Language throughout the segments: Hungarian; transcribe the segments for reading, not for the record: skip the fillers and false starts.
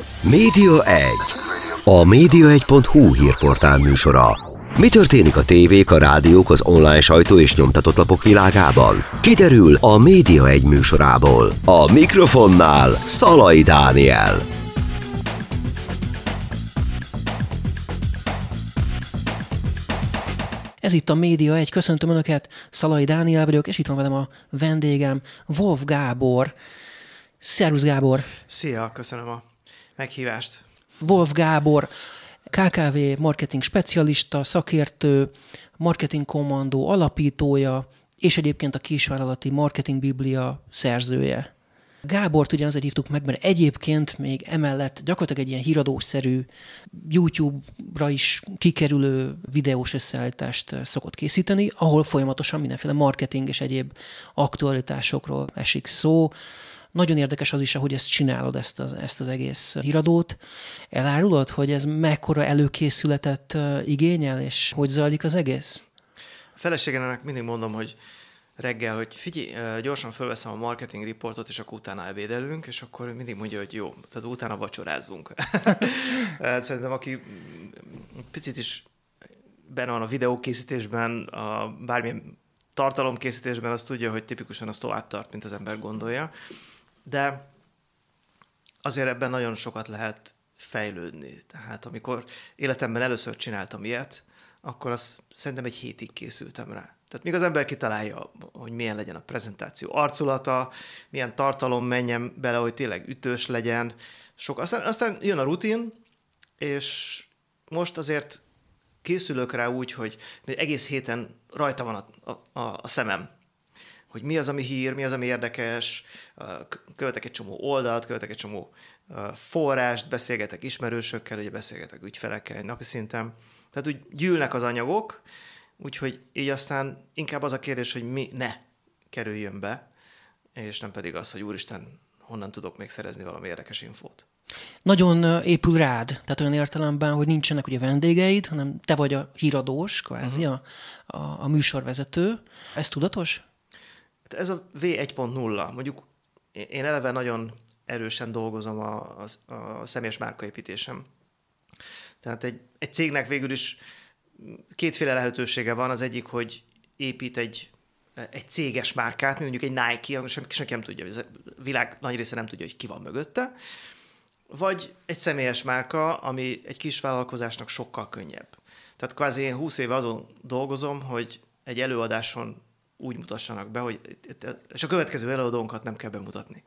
Média 1. A média1.hu hírportál műsora. Mi történik a tévék, a rádiók, az online sajtó és nyomtatott lapok világában? Kiderül a Média 1 műsorából. A mikrofonnál Szalai Dániel. Ez itt a Média 1, köszöntöm Önöket, Szalai Dániel vagyok, és itt van velem a vendégem, Wolf Gábor. Szervusz Gábor! Szia, köszönöm a meghívást. Wolf Gábor, KKV marketing specialista, szakértő, marketing kommandó alapítója, és egyébként a Kisvállalati Marketing Biblia szerzője. Gábort ugye azért hívtuk meg, mert egyébként még emellett gyakorlatilag egy ilyen híradószerű, YouTube-ra is kikerülő videós összeállítást szokott készíteni, ahol folyamatosan mindenféle marketing és egyéb aktualitásokról esik szó. Nagyon érdekes az is, ahogy ezt csinálod, ezt az egész híradót. Elárulod, hogy ez mekkora előkészületet igényel, és hogy zajlik az egész? A feleségemnek mindig mondom, hogy reggel, hogy figyelj, gyorsan fölveszem a marketing riportot, és akkor utána ebédelünk, és akkor mindig mondja, hogy jó, tehát utána vacsorázzunk. Szerintem, aki picit is benne van a videókészítésben, bármilyen tartalomkészítésben, az tudja, hogy tipikusan az tovább tart, mint az ember gondolja. De azért ebben nagyon sokat lehet fejlődni. Tehát amikor életemben először csináltam ilyet, akkor azt szerintem egy hétig készültem rá. Tehát míg az ember kitalálja, hogy milyen legyen a prezentáció arculata, milyen tartalom menjen bele, hogy tényleg ütős legyen. Aztán jön a rutin, és most azért készülök rá úgy, hogy egész héten rajta van a szemem, hogy mi az, ami hír, mi az, ami érdekes, követek egy csomó oldalt, követek egy csomó forrást, beszélgetek ismerősökkel, ugye beszélgetek ügyfelekkel napi szinten. Tehát úgy gyűlnek az anyagok, úgyhogy így aztán inkább az a kérdés, hogy mi ne kerüljön be, és nem pedig az, hogy úristen, honnan tudok még szerezni valami érdekes infót. Nagyon épül rád, tehát olyan értelemben, hogy nincsenek ugye vendégeid, hanem te vagy a híradós, kvázi, a műsorvezető. Ez tudatos? Ez a V1.0. Mondjuk én eleve nagyon erősen dolgozom a személyes márkaépítésem. Tehát egy cégnek végül is kétféle lehetősége van. Az egyik, hogy épít egy céges márkát, mondjuk egy Nike, senki nem tudja, a világ nagy része nem tudja, hogy ki van mögötte, vagy egy személyes márka, ami egy kis vállalkozásnak sokkal könnyebb. Tehát kvázi én 20 éve azon dolgozom, hogy egy előadáson úgy mutassanak be, hogy és a következő előadónkat nem kell bemutatni.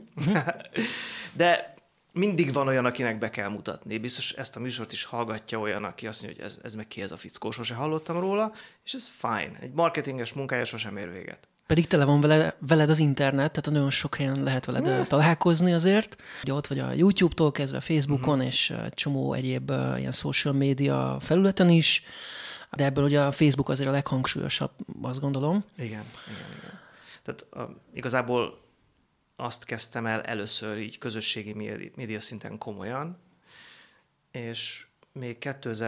De mindig van olyan, akinek be kell mutatni. Biztos ezt a műsort is hallgatja olyan, aki azt mondja, hogy ez meg ki ez a fickó, sose hallottam róla, és ez fine. Egy marketinges munkája sosem ér véget. Pedig tele van veled az internet, tehát nagyon sok helyen lehet veled találkozni azért. Ugye ott vagy a YouTube-tól kezdve, Facebookon, és egy csomó egyéb ilyen social media felületen is, de ebből ugye a Facebook azért a leghangsúlyosabb, azt gondolom. Igen. Tehát igazából azt kezdtem el először így közösségi média szinten komolyan, és még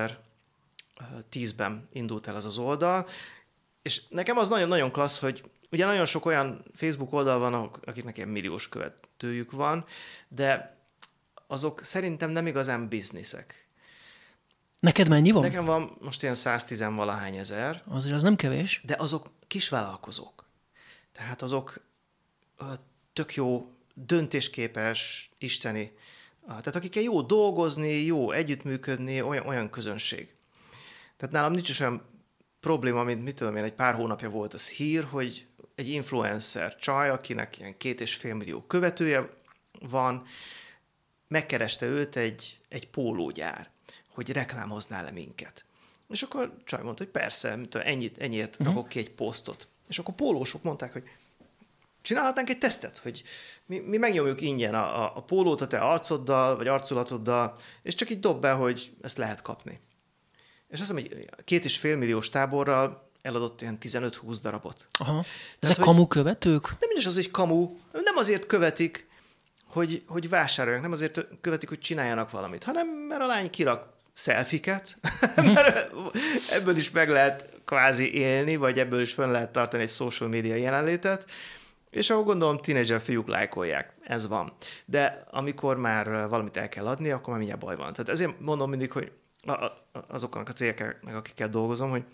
2010-ben indult el az oldal, és nekem az nagyon-nagyon klassz, hogy ugye nagyon sok olyan Facebook oldal van, akiknek ilyen milliós követőjük van, de azok szerintem nem igazán bizniszek. Neked mennyi van? Nekem van most ilyen 110-valahány ezer. Azért az nem kevés. De azok kisvállalkozók. Tehát azok tök jó, döntésképes, isteni. Tehát akikkel jó dolgozni, jó együttműködni, olyan közönség. Tehát nálam nincs is olyan probléma, mint mit tudom én, egy pár hónapja volt az hír, hogy egy influencer csaj, akinek ilyen 2,5 millió követője van, megkereste őt egy pólógyár, hogy reklámoznál le minket. És akkor csaj mondta, hogy persze, ennyiért rakok ki egy posztot. És akkor pólósok mondták, hogy csinálhatnánk egy tesztet, hogy mi megnyomjuk ingyen a pólót a te arcoddal, vagy arculatoddal, és csak így dob be, hogy ezt lehet kapni. És azt hiszem, hogy 2,5 milliós táborral eladott ilyen 15-20 darabot. Aha. Ezek kamu követők? Nem mindes az, hogy kamu, nem azért követik, hogy vásároljanak, nem azért követik, hogy csináljanak valamit, hanem mert a lány kirak selfiket, mert ebből is meg lehet kvázi élni, vagy ebből is fönn lehet tartani egy social media jelenlétet, És ahol gondolom, tínédzser fiúk lájkolják. Ez van. De amikor már valamit el kell adni, akkor már mindjárt baj van. Tehát ezért mondom mindig, hogy azoknak a cégeknek, akikkel dolgozom, hogy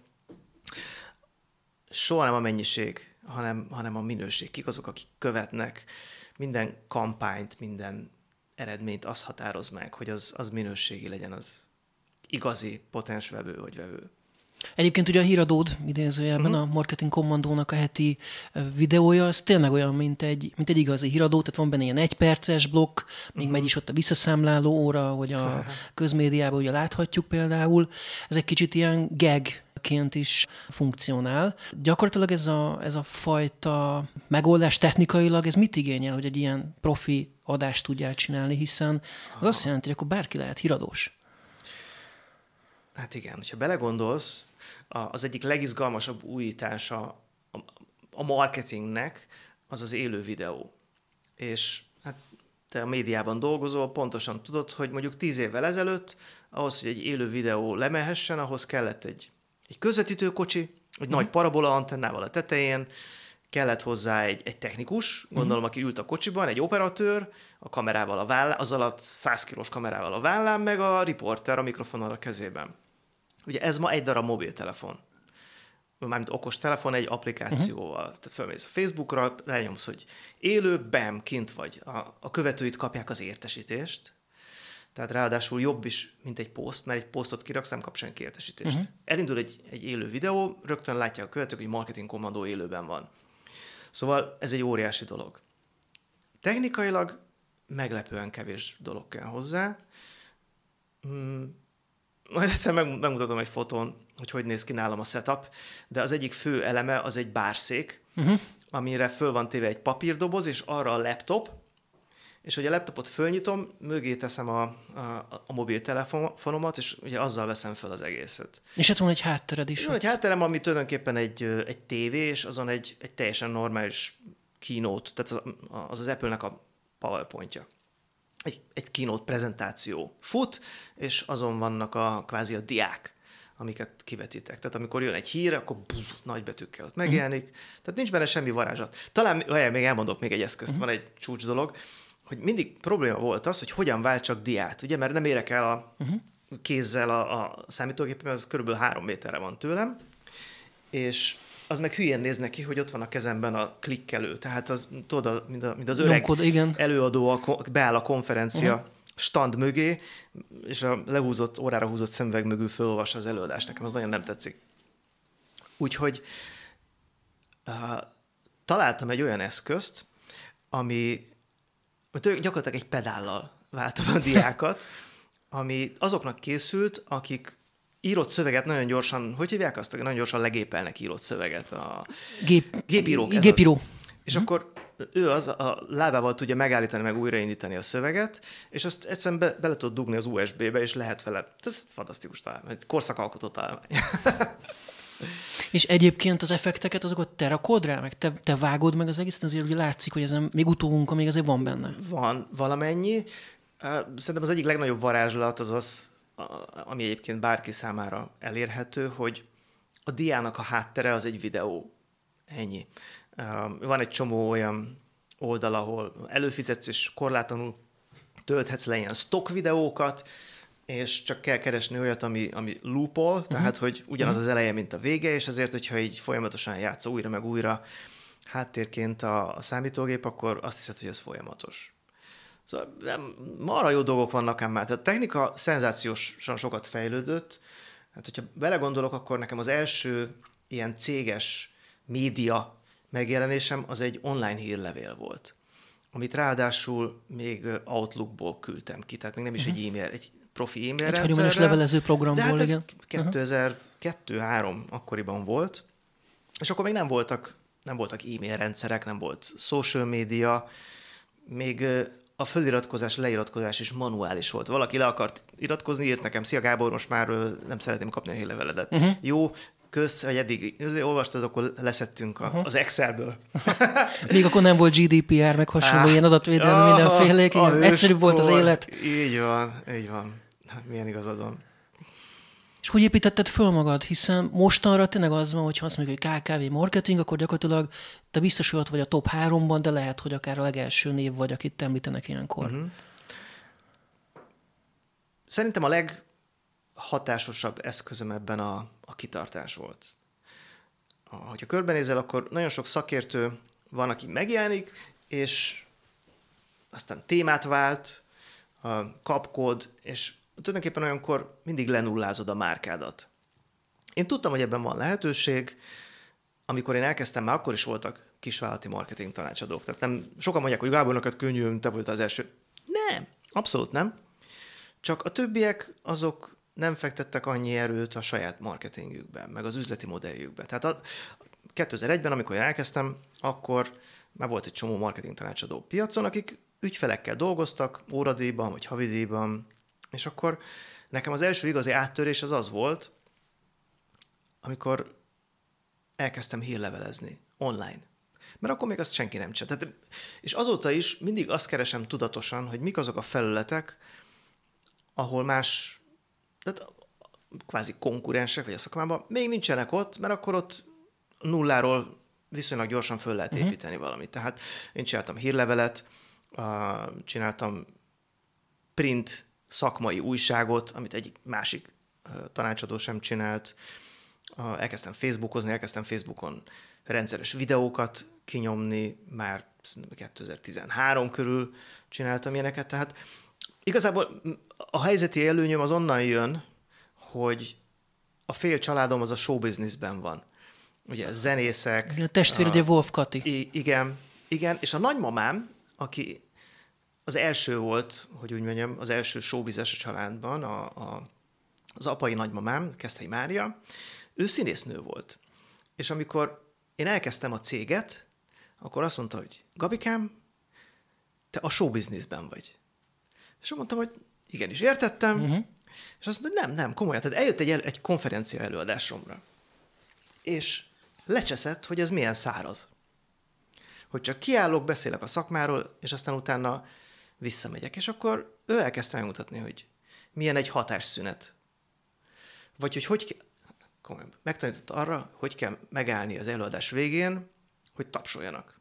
soha nem a mennyiség, hanem a minőség. Kik azok, akik követnek minden kampányt, minden eredményt, az határoz meg, hogy az minőségi legyen, az igazi potens vevő vagy vevő. Egyébként ugye a híradód idézőjelben, a Marketing Kommandónak a heti videója, az tényleg olyan, mint egy igazi híradó, tehát van benne ilyen 1 perces blokk, még megy is ott a visszaszámláló óra, hogy a közmédiában ugye láthatjuk például. Ez egy kicsit ilyen gagként is funkcionál. Gyakorlatilag ez a fajta megoldás technikailag, ez mit igényel, hogy egy ilyen profi adást tudjál csinálni, hiszen az azt jelenti, hogy akkor bárki lehet híradós. Hát igen, hogyha belegondolsz, az egyik legizgalmasabb újítása a marketingnek az az élő videó. És hát te a médiában dolgozol, pontosan tudod, hogy mondjuk 10 évvel ezelőtt ahhoz, hogy egy élő videó lemehessen, ahhoz kellett egy közvetítőkocsi, egy nagy parabola antennával a tetején, kellett hozzá egy technikus, gondolom, aki ült a kocsiban, egy operatőr, a kamerával a vállán, azzal a 100 kilós kamerával a vállán, meg a riporter a mikrofonnal a kezében. Ugye ez ma egy darab mobiltelefon. Mármint okostelefon egy applikációval. Tehát fölmész a Facebookra, rányomsz, hogy élő, bam, kint vagy. A követőid kapják az értesítést. Tehát ráadásul jobb is, mint egy poszt, mert egy posztot kiraksz, nem kap senki értesítést. Elindul egy élő videó, rögtön látják a követők, hogy Marketing Kommandó élőben van. Szóval ez egy óriási dolog. Technikailag meglepően kevés dolog kell hozzá. Majd egyszer megmutatom egy fotón, hogy néz ki nálam a setup, de az egyik fő eleme az egy bárszék, amire föl van téve egy papírdoboz, és arra a laptop, és hogy a laptopot fölnyitom, mögé teszem a mobiltelefonomat, és ugye azzal veszem föl az egészet. És hát van egy háttered is. Van egy hátterem, ami tulajdonképpen egy tévé, és azon egy teljesen normális keynote, tehát az Apple-nek a PowerPointja. Egy keynote prezentáció fut, és azon vannak kvázi a diák, amiket kivetítek. Tehát amikor jön egy hír, akkor nagy betűkkel ott megjelenik. Tehát nincs benne semmi varázslat. Talán még elmondok még egy eszközt, van egy csúcs dolog, hogy mindig probléma volt az, hogy hogyan váltsak diát, ugye, mert nem érek el a kézzel a számítógépem, az körülbelül 3 méterre van tőlem, és az meg hülyén néz neki, hogy ott van a kezemben a klikkelő. Tehát az, tudod, mint az öreg előadó beáll a konferencia stand mögé, és a órára húzott szemüveg mögül felolvassa az előadást. Nekem az nagyon nem tetszik. Úgyhogy találtam egy olyan eszközt, ami gyakorlatilag egy pedállal váltam a diákat, ami azoknak készült, akik írott szöveget nagyon gyorsan, hogy hívják azt? Nagyon gyorsan legépelnek írott szöveget. Gépírók. Gépíró. És akkor ő a lábával tudja megállítani, meg újraindítani a szöveget, és azt egyszerűen bele tud dugni az USB-be, és lehet vele. Ez fantasztikus találmány. Egy korszakalkotó találmány. És egyébként az effekteket, azokat te rakod rá, meg te vágod meg az egészet, azért ugye látszik, hogy ezen még utómunkon még azért van benne. Van valamennyi. Szerintem az egyik legnagyobb varázslat az, ami egyébként bárki számára elérhető, hogy a diának a háttere az egy videó. Ennyi. Van egy csomó olyan oldal, ahol előfizetsz és korlátlanul tölthetsz le ilyen stock videókat, és csak kell keresni olyat, ami loopol, tehát hogy ugyanaz az eleje, mint a vége, és azért, hogyha így folyamatosan játsz újra meg újra háttérként a számítógép, akkor azt hiszed, hogy ez folyamatos. Szóval marha jó dolgok vannak ám már. Tehát a technika szenzációsan sokat fejlődött. Hát, hogyha belegondolok, akkor nekem az első ilyen céges média megjelenésem az egy online hírlevél volt, amit ráadásul még Outlookból küldtem ki, tehát még nem is egy e-mail, egy profi e-mail rendszerrel. Egy hagyományos levelező programból, de hát igen. 2002-3 akkoriban volt, és akkor még nem voltak e-mail rendszerek, nem volt social media, még a föliratkozás, leiratkozás is manuális volt. Valaki le akart iratkozni, írt nekem, szia Gábor, most már nem szeretném kapni a hírleveledet. Jó, kösz, hogy eddig olvastad, akkor leszettünk az Excelből. Még akkor nem volt GDPR, meg hasonló ilyen adatvédelmi mindenfélék, egyszerűbb volt az élet. Így van. Milyen igazad van. És hogy építetted föl magad? Hiszen mostanra tényleg az van, hogy ha azt mondjuk, hogy KKV marketing, akkor gyakorlatilag te biztos, hogy ott vagy a top 3-ban, de lehet, hogy akár a legelső név vagy, akit említenek ilyenkor. Uh-huh. Szerintem a leghatásosabb eszközöm ebben a kitartás volt. Hogyha körbenézel, akkor nagyon sok szakértő van, aki megjelenik, és aztán témát vált, kapkod, és tulajdonképpen olyankor mindig lenullázod a márkádat. Én tudtam, hogy ebben van lehetőség. Amikor én elkezdtem, már akkor is voltak kisvállalati marketing tanácsadók. Tehát nem, sokan mondják, hogy Gábor, neked könnyű, te voltál az első. Nem, abszolút nem. Csak a többiek azok nem fektettek annyi erőt a saját marketingükben, meg az üzleti modelljükben. Tehát 2001-ben, amikor én elkezdtem, akkor már volt egy csomó marketing tanácsadó piacon, akik ügyfelekkel dolgoztak, óradíjban vagy havidíjban, és akkor nekem az első igazi áttörés az volt, amikor elkezdtem hírlevelezni online. Mert akkor még azt senki nem csinált. És azóta is mindig azt keresem tudatosan, hogy mik azok a felületek, ahol más, tehát kvázi konkurensek, vagy a szakmában még nincsenek ott, mert akkor ott nulláról viszonylag gyorsan föl lehet építeni valamit. Tehát én csináltam hírlevelet, csináltam print szakmai újságot, amit egyik másik tanácsadó sem csinált. Elkezdtem Facebookon rendszeres videókat kinyomni, már 2013 körül csináltam ilyeneket. Tehát igazából a helyzeti előnyöm az onnan jön, hogy a fél családom az a showbusinessben van. Ugye zenészek. A testvér, ugye Wolf Kati. Igen, és a nagymamám, aki az első volt, hogy úgy mondjam, az első showbizes a családban, az apai nagymamám, Keszthelyi Mária, ő színésznő volt. És amikor én elkezdtem a céget, akkor azt mondta, hogy Gabikám, te a showbusinessben vagy. És mondtam, hogy igenis értettem, és azt mondta, hogy nem, komolyan. Tehát eljött egy konferencia előadásomra. És lecseszett, hogy ez milyen száraz. Hogy csak kiállok, beszélek a szakmáról, és aztán utána visszamegyek. És akkor ő elkezdte megmutatni, hogy milyen egy hatásszünet. Vagy hogy megtanított arra, hogy kell megállni az előadás végén, hogy tapsoljanak.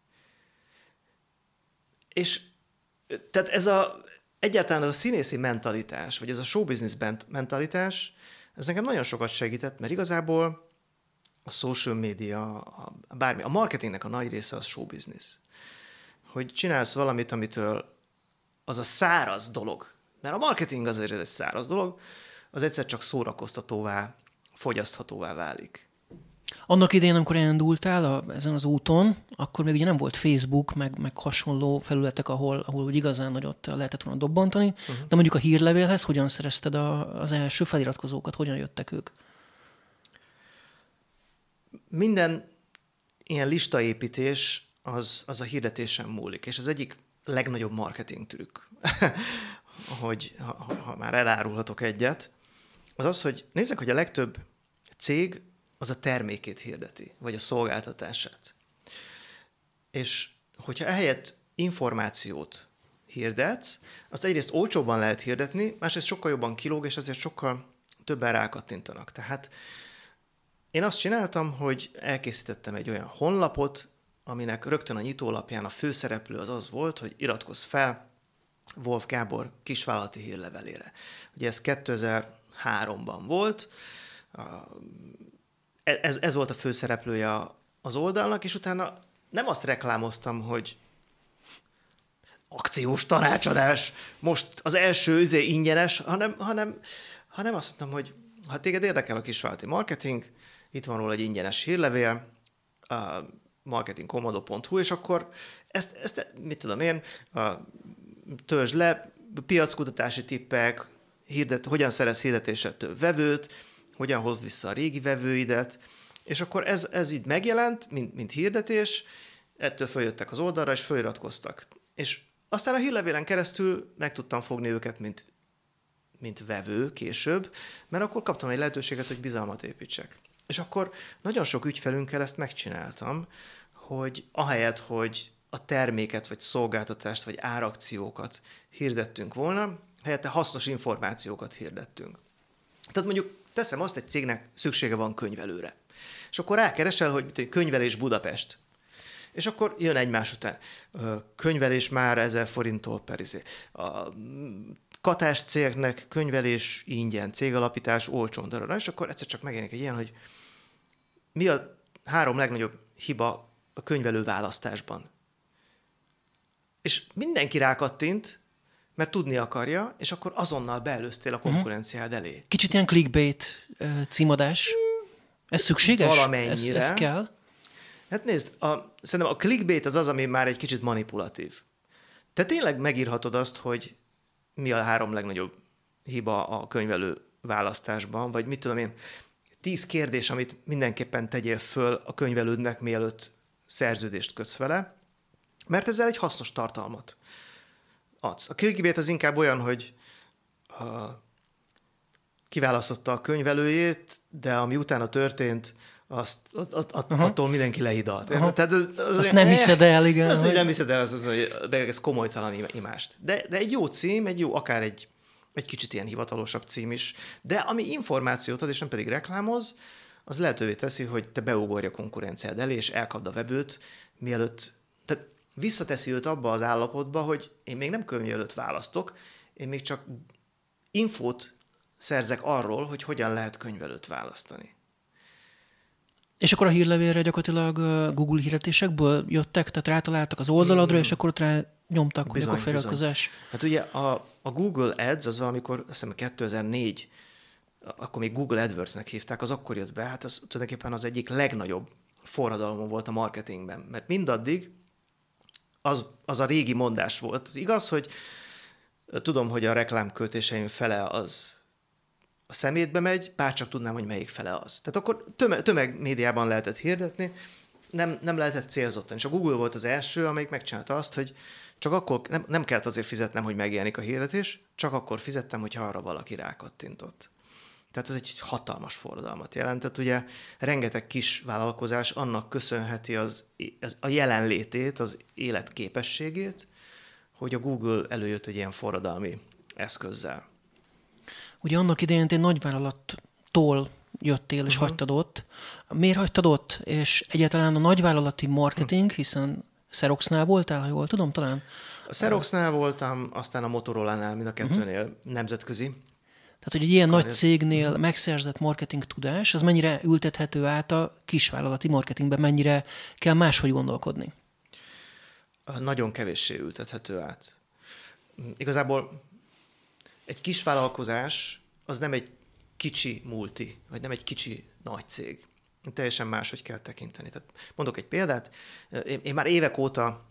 És tehát egyáltalán ez a színészi mentalitás, vagy ez a showbusiness mentalitás, ez nekem nagyon sokat segített, mert igazából a social media, a marketingnek a nagy része az showbusiness. Hogy csinálsz valamit, amitől az a száraz dolog, mert a marketing azért egy száraz dolog, az egyszer csak szórakoztatóvá, fogyaszthatóvá válik. Annak idején, amikor elindultál ezen az úton, akkor még ugye nem volt Facebook, meg hasonló felületek, ahol úgy igazán nagyot lehetett volna dobbantani, de mondjuk a hírlevélhez hogyan szerezted az első feliratkozókat, hogyan jöttek ők? Minden ilyen listaépítés az a hirdetésen múlik, és az egyik legnagyobb marketing trükk, hogy ha már elárulhatok egyet, az, hogy nézzek, hogy a legtöbb cég az a termékét hirdeti, vagy a szolgáltatását. És hogyha ehelyett információt hirdetsz, azt egyrészt olcsóbban lehet hirdetni, másrészt sokkal jobban kilóg, és azért sokkal többen rákattintanak. Tehát én azt csináltam, hogy elkészítettem egy olyan honlapot, aminek rögtön a nyitólapján a főszereplő az volt, hogy iratkozz fel Wolf Gábor kisvállalati hírlevelére. Ugye ez 2003-ban volt, ez volt a főszereplője az oldalnak, és utána nem azt reklámoztam, hogy akciós tanácsadás, most az első ingyenes, hanem azt mondtam, hogy ha téged érdekel a kisvállalati marketing, itt van róla egy ingyenes hírlevél, marketingkommando.hu, és akkor ezt mit tudom én, töltsd le, piackutatási tippek, hogyan szerez hirdetéssel több vevőt, hogyan hozd vissza a régi vevőidet, és akkor ez így megjelent, mint hirdetés, ettől följöttek az oldalra, és föliratkoztak. És aztán a hírlevélen keresztül meg tudtam fogni őket, mint vevő később, mert akkor kaptam egy lehetőséget, hogy bizalmat építsek. És akkor nagyon sok ügyfelünkkel ezt megcsináltam, hogy ahelyett, hogy a terméket, vagy szolgáltatást, vagy árakciókat hirdettünk volna, helyette hasznos információkat hirdettünk. Tehát mondjuk teszem azt, egy cégnek szüksége van könyvelőre. És akkor rákeresel, hogy könyvelés Budapest. És akkor jön egymás után. Könyvelés már 1000 forinttól per izé. A katás cégnek könyvelés ingyen, cégalapítás olcsón, darara. És akkor egyszer csak megjelenik egy ilyen, hogy mi a 3 legnagyobb hiba a könyvelő választásban. És mindenki rákattint, mert tudni akarja, és akkor azonnal beelőztél a konkurenciád elé. Kicsit ilyen clickbait címadás. Ez szükséges? Valamennyire. Ez kell? Hát nézd, szerintem a clickbait az, ami már egy kicsit manipulatív. Te tényleg megírhatod azt, hogy mi a 3 legnagyobb hiba a könyvelő választásban, vagy mit tudom én, 10 kérdés, amit mindenképpen tegyél föl a könyvelődnek, mielőtt szerződést kötsz vele, mert ezzel egy hasznos tartalmat adsz. A clickbait az inkább olyan, hogy kiválasztotta a könyvelőjét, de ami utána történt, attól mindenki lehidalt. Tehát azt nem hiszed el, igen. Azt nem hiszed el, de ez komolytalan imást. De egy jó cím, akár egy kicsit ilyen hivatalosabb cím is, de ami információt ad, és nem pedig reklámoz, az lehetővé teszi, hogy te beugorj a konkurenciád elé, és elkapd a vevőt, mielőtt, tehát visszateszi őt abba az állapotba, hogy én még nem könyvelőt választok, én még csak infót szerzek arról, hogy hogyan lehet könyvelőt választani. És akkor a hírlevélre gyakorlatilag Google hirdetésekből jöttek, tehát rátaláltak az oldaladra, és akkor ott rá nyomtak, hogy akkor feliratkozás. Hát ugye a Google Ads az valamikor, azt hiszem 2004, akkor még Google AdWords-nek hívták, az akkor jött be, hát az tulajdonképpen az egyik legnagyobb forradalom volt a marketingben, mert mindaddig az a régi mondás volt. Az igaz, hogy tudom, hogy a reklámköltéseim fele az a szemétbe megy, bárcsak tudnám, hogy melyik fele az. Tehát akkor tömegmédiában lehetett hirdetni, nem lehetett célzottan. És a Google volt az első, amelyik megcsinálta azt, hogy csak akkor nem kellett azért fizetnem, hogy megjelenik a hirdetés, csak akkor fizettem, hogyha arra valaki rákattintott. Tehát ez egy hatalmas forradalmat jelentett. Ugye rengeteg kis vállalkozás annak köszönheti a jelenlétét, az életképességét, hogy a Google előjött egy ilyen forradalmi eszközzel. Ugye annak idején te nagyvállalattól jöttél és hagytad ott. Miért hagytad ott? És egyáltalán a nagyvállalati marketing, hiszen Xeroxnál voltál, ha jól tudom, talán? A Xeroxnál voltam, aztán a Motorolánál, mind a kettőnél nemzetközi. Tehát, hogy egy ilyen nagy cégnél megszerzett marketing tudás, az mennyire ültethető át a kisvállalati marketingben, mennyire kell máshogy gondolkodni? Nagyon kevéssé ültethető át. Igazából egy kis vállalkozás az nem egy kicsi multi, vagy nem egy kicsi nagy cég. Teljesen máshogy kell tekinteni. Tehát mondok egy példát. Én már évek óta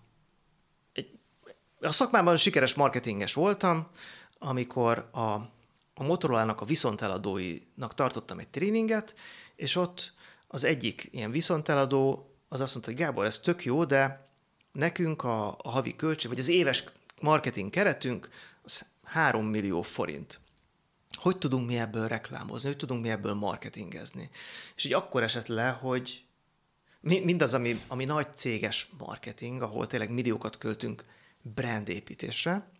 a szakmában sikeres marketinges voltam, amikor a Motorolának a viszonteladóinak tartottam egy tréninget, és ott az egyik ilyen viszonteladó az azt mondta, hogy Gábor, ez tök jó, de nekünk a havi költség, vagy az éves marketing keretünk az 3 millió forint. Hogy tudunk mi ebből reklámozni, hogy tudunk mi ebből marketingezni? És így akkor esett le, hogy mindaz, ami nagy céges marketing, ahol tényleg milliókat költünk brandépítésre,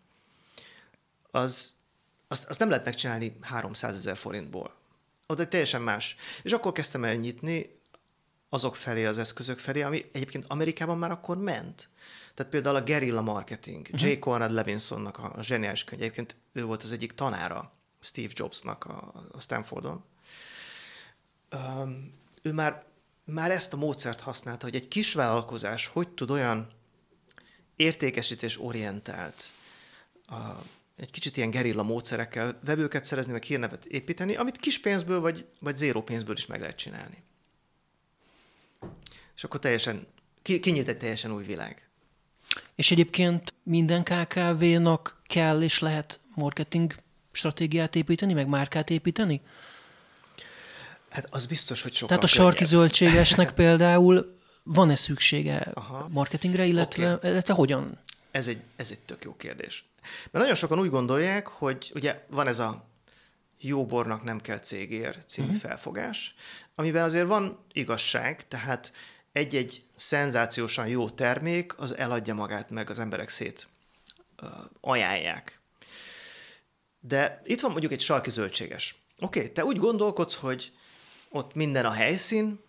azt nem lehet megcsinálni 300 000 forintból. Oda teljesen más. És akkor kezdtem el nyitni azok felé, az eszközök felé, ami egyébként Amerikában már akkor ment. Tehát például a guerrilla marketing, J. Conrad Levinsonnak a zseniális könyv, egyébként ő volt az egyik tanára Steve Jobsnak a Stanfordon. Ő már ezt a módszert használta, hogy egy kis vállalkozás hogy tud olyan értékesítés-orientált, egy kicsit ilyen gerilla módszerekkel vevőket szerezni, meg hírnevet építeni, amit kis pénzből vagy zéró pénzből is meg lehet csinálni. És akkor teljesen, kinyílt egy teljesen új világ. És egyébként minden KKV-nak kell és lehet marketing stratégiát építeni, meg márkát építeni? Hát az biztos, hogy sokkal Tehát a sarki zöldségesnek például van-e szüksége marketingre, illetve hogyan? Ez egy tök jó kérdés. Mert nagyon sokan úgy gondolják, hogy ugye van ez a jó bornak nem kell cégér című felfogás, amiben azért van igazság, tehát egy-egy szenzációsan jó termék, az eladja magát, meg az emberek szét ajánlják. De itt van mondjuk egy sarki zöldséges, Oké, te úgy gondolkodsz, hogy ott minden a helyszín,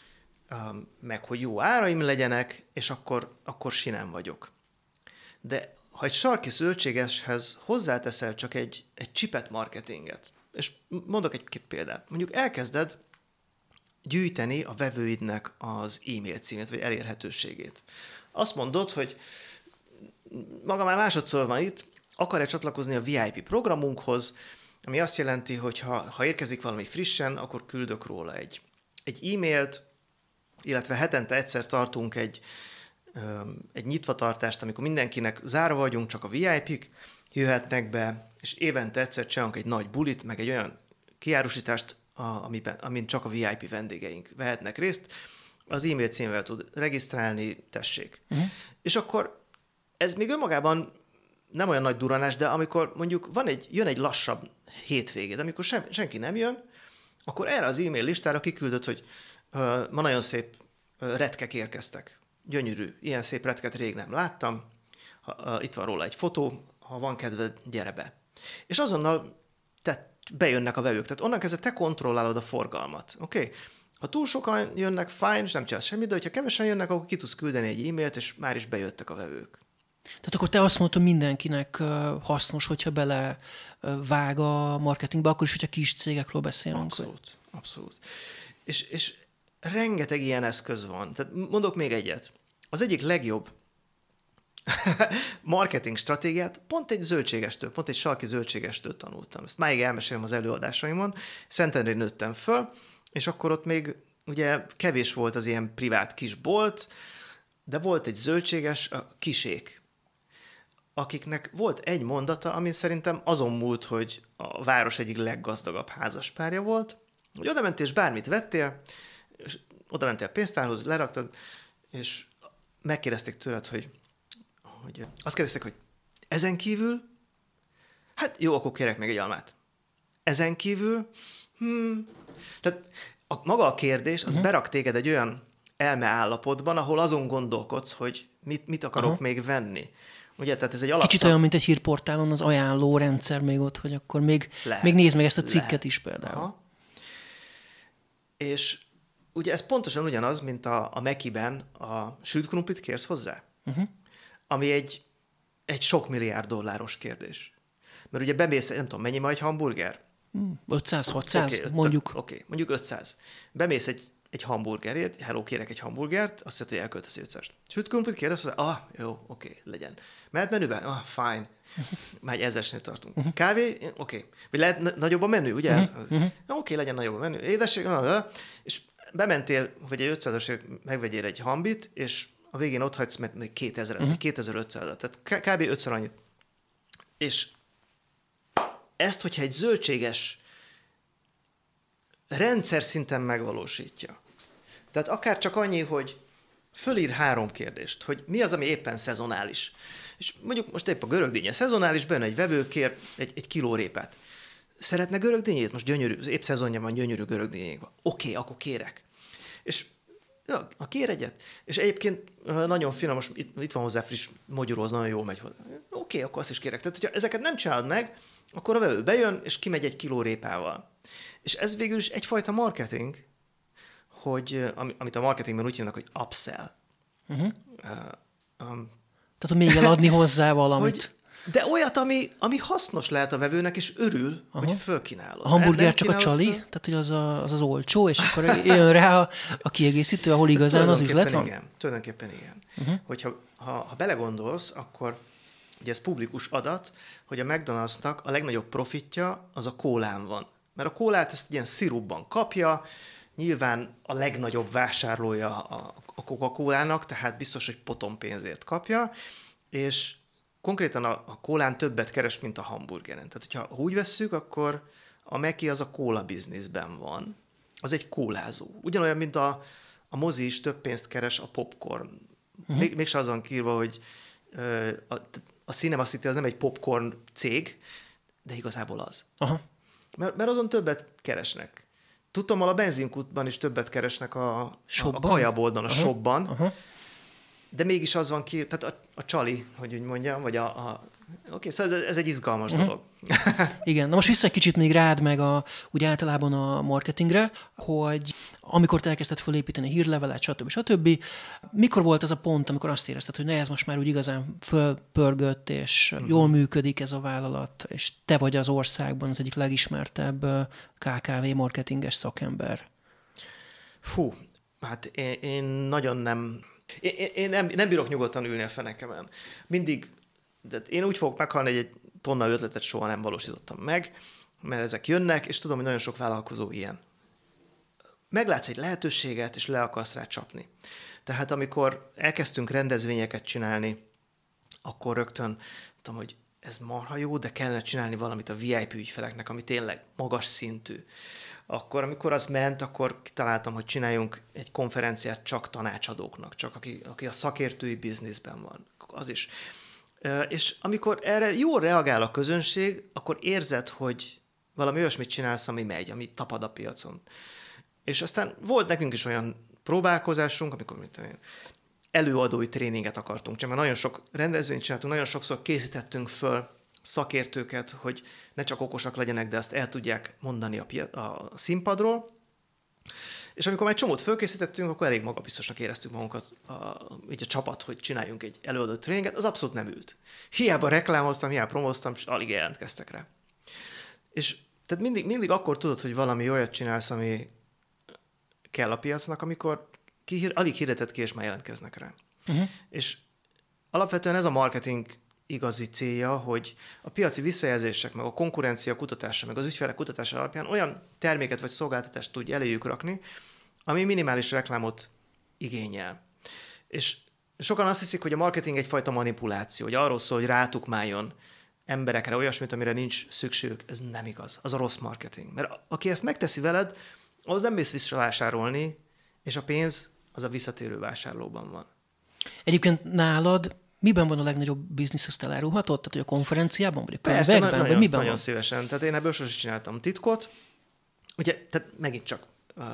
meg hogy jó áraim legyenek, és akkor sinem vagyok. De ha egy sarki zöldségeshez hozzáteszel csak egy csipet marketinget, és mondok egy-két példát, mondjuk elkezded gyűjteni a vevőidnek az e-mail címét, vagy elérhetőségét. Azt mondod, hogy maga már másodszor van itt, akar-e csatlakozni a VIP programunkhoz, ami azt jelenti, hogy ha érkezik valami frissen, akkor küldök róla egy e-mailt, illetve hetente egyszer tartunk egy nyitvatartást, amikor mindenkinek zárva vagyunk, csak a VIP-k jöhetnek be, és évente egyszer csinálunk egy nagy bulit, meg egy olyan kiárusítást, amin csak a VIP vendégeink vehetnek részt, az e-mail címvel tud regisztrálni, tessék. És akkor ez még önmagában nem olyan nagy duranás, de amikor mondjuk jön egy lassabb hétvégéd, amikor senki nem jön, akkor erre az e-mail listára kiküldött, hogy ma nagyon szép retkek érkeztek. Gyönyörű, ilyen szép retket rég nem láttam, itt van róla egy fotó, ha van kedved, gyere be. És azonnal bejönnek a vevők. Tehát onnan kezdve te kontrollálod a forgalmat. Oké? Ha túl sokan jönnek, fine, és nem csinálsz semmit, de hogyha kevesen jönnek, akkor ki tudsz küldeni egy e-mailt, és már is bejöttek a vevők. Tehát akkor te azt mondtad, mindenkinek hasznos, hogyha bele vág a marketingbe, akkor is, hogyha kis cégekről beszélünk. Abszolút. És rengeteg ilyen eszköz van. Tehát mondok még egyet. Az egyik legjobb marketing stratégiát pont egy sarki zöldségestől tanultam. Ezt máig elmesélem az előadásaimon. Szentendrén nőttem föl, és akkor ott még ugye kevés volt az ilyen privát kis bolt, de volt egy zöldséges, a Kisék, akiknek volt egy mondata, ami szerintem azon múlt, hogy a város egyik leggazdagabb házaspárja volt, hogy oda mentél, és bármit vettél, és oda mentél a pénztárhoz, leraktad, és megkérdezték tőled, hogy azt kérdezték, hogy ezen kívül, hát jó, akkor kérek még egy almát. Ezen kívül, tehát maga a kérdés, az berak téged egy olyan elmeállapotban, ahol azon gondolkodsz, hogy mit akarok még venni. Ugye, tehát ez egy Kicsit olyan, mint egy hírportálon az ajánló rendszer még ott, hogy akkor még nézd meg ezt a cikket is például. Aha. És ugye ez pontosan ugyanaz, mint a Meki-ben a sült krumplit kérsz hozzá, ami egy sok milliárd dolláros kérdés. Mert ugye bemész, nem tudom, mennyi ma egy hamburger? 500-600, mondjuk. Oké, mondjuk 500. Bemész egy hamburgerért, hello, kérek egy hamburgert, azt mondja, hogy elköltesz 500-t. Sült krumplit kérsz hozzá? Jó, oké, legyen. Mehet menüben? Fine. Már egy 1000-esnél tartunk. Kávé? Oké. Vagy lehet nagyobb a menü, ugye? Oké, legyen nagyobb a menü. Édesség? És bementél, hogy egy 500-asért megvegyél egy hambit, és a végén ott hagysz meg 2000-et, vagy 2500-at. Tehát kb. 5-ször annyit. És ezt, hogyha egy zöldséges rendszer szinten megvalósítja. Tehát akár csak annyi, hogy fölír 3 kérdést, hogy mi az, ami éppen szezonális. És mondjuk most épp a görögdínnye szezonális, benne egy vevő kér egy kiló répát. Szeretne görögdínyét? Most gyönyörű, épp szezonja van, gyönyörű görögdínyénk van. Oké, akkor kérek. És ja, kér egyet. És egyébként nagyon finom, most itt van hozzá friss mogyoróz, nagyon jól megy hozzá. Oké, akkor azt is kérek. Tehát, hogyha ezeket nem csinálod meg, akkor a vevő bejön, és kimegy egy kiló répával. És ez végül is egyfajta marketing, hogy, amit a marketingben úgy hívnak, hogy upsell. Tehát, hogy még eladni hozzá valamit. De olyat, ami hasznos lehet a vevőnek, és örül, hogy fölkínálod. A hamburger csak a csali, tehát hogy az olcsó, és akkor jön rá a kiegészítő, ahol igazán az üzlet van? Tulajdonképpen igen. Hogyha ha belegondolsz, akkor ugye ez publikus adat, hogy a McDonald'snak a legnagyobb profitja az a kólán van. Mert a kólát ezt ilyen szirupban kapja, nyilván a legnagyobb vásárlója a Coca-Colának, tehát biztos, hogy potom pénzért kapja, és konkrétan a kólán többet keres, mint a hamburgeren. Tehát, hogyha úgy vesszük, akkor a Meki az a kóla bizniszben van. Az egy kólázó. Ugyanolyan, mint a mozi is több pénzt keres a popcorn. Mégse azon kírva, hogy a Cinema City az nem egy popcorn cég, de igazából az. Aha. Mert azon többet keresnek. Tudtam, a benzinkútban is többet keresnek a kajaboldon, a shopban. de mégis az van ki, tehát a csali, hogy úgy mondjam, vagy Oké, szóval ez egy izgalmas dolog. Igen, na most vissza egy kicsit még rád, meg úgy általában a marketingre, hogy amikor te elkezdted fölépíteni hírlevelet, stb. Mikor volt az a pont, amikor azt érezted, hogy ez most már úgy igazán fölpörgött, és jól működik ez a vállalat, és te vagy az országban az egyik legismertebb KKV marketinges szakember? Fú, hát én nagyon nem... Én nem bírok nyugodtan ülni a fenekemen. Mindig, de én úgy fogok meghalni, hogy egy tonna ötletet soha nem valósítottam meg, mert ezek jönnek, és tudom, hogy nagyon sok vállalkozó ilyen. Meglátsz egy lehetőséget, és le akarsz rá csapni. Tehát amikor elkezdtünk rendezvényeket csinálni, akkor rögtön tudom, hogy ez marha jó, de kellene csinálni valamit a VIP ügyfeleknek, ami tényleg magas szintű. Akkor, amikor az ment, akkor kitaláltam, hogy csináljunk egy konferenciát csak tanácsadóknak, csak aki a szakértői bizniszben van. Az is. És amikor erre jól reagál a közönség, akkor érzed, hogy valami olyasmit csinálsz, ami megy, ami tapad a piacon. És aztán volt nekünk is olyan próbálkozásunk, amikor előadói tréninget akartunk csinálni, nagyon sok rendezvényt csináltunk, nagyon sokszor készítettünk föl szakértőket, hogy ne csak okosak legyenek, de azt el tudják mondani a színpadról. És amikor már egy csomót fölkészítettünk, akkor elég magabiztosnak éreztük magunkat így a csapat, hogy csináljunk egy előadó tréninget, az abszolút nem ült. Hiába reklámoztam, hiába promóztam, és alig jelentkeztek rá. És tehát mindig akkor tudod, hogy valami olyat csinálsz, ami kell a piacnak, amikor alig hirdetett ki, és már jelentkeznek rá. És alapvetően ez a marketing igazi célja, hogy a piaci visszajelzések, meg a konkurencia kutatása, meg az ügyfelek kutatása alapján olyan terméket vagy szolgáltatást tudj eléjük rakni, ami minimális reklámot igényel. És sokan azt hiszik, hogy a marketing egyfajta manipuláció, hogy arról szól, hogy rátukmáljon emberekre olyasmit, amire nincs szükségük. Ez nem igaz. Az a rossz marketing. Mert aki ezt megteszi veled, az nem mész visszavásárolni, és a pénz az a visszatérő vásárlóban van. Egyébként nálad miben van a legnagyobb biznisz, azt elárulhatod? Tehát, hogy a konferenciában, vagy a könyvekben, vagy miben nagyon van? szívesen. Tehát én ebből sosem csináltam titkot. Ugye, tehát megint csak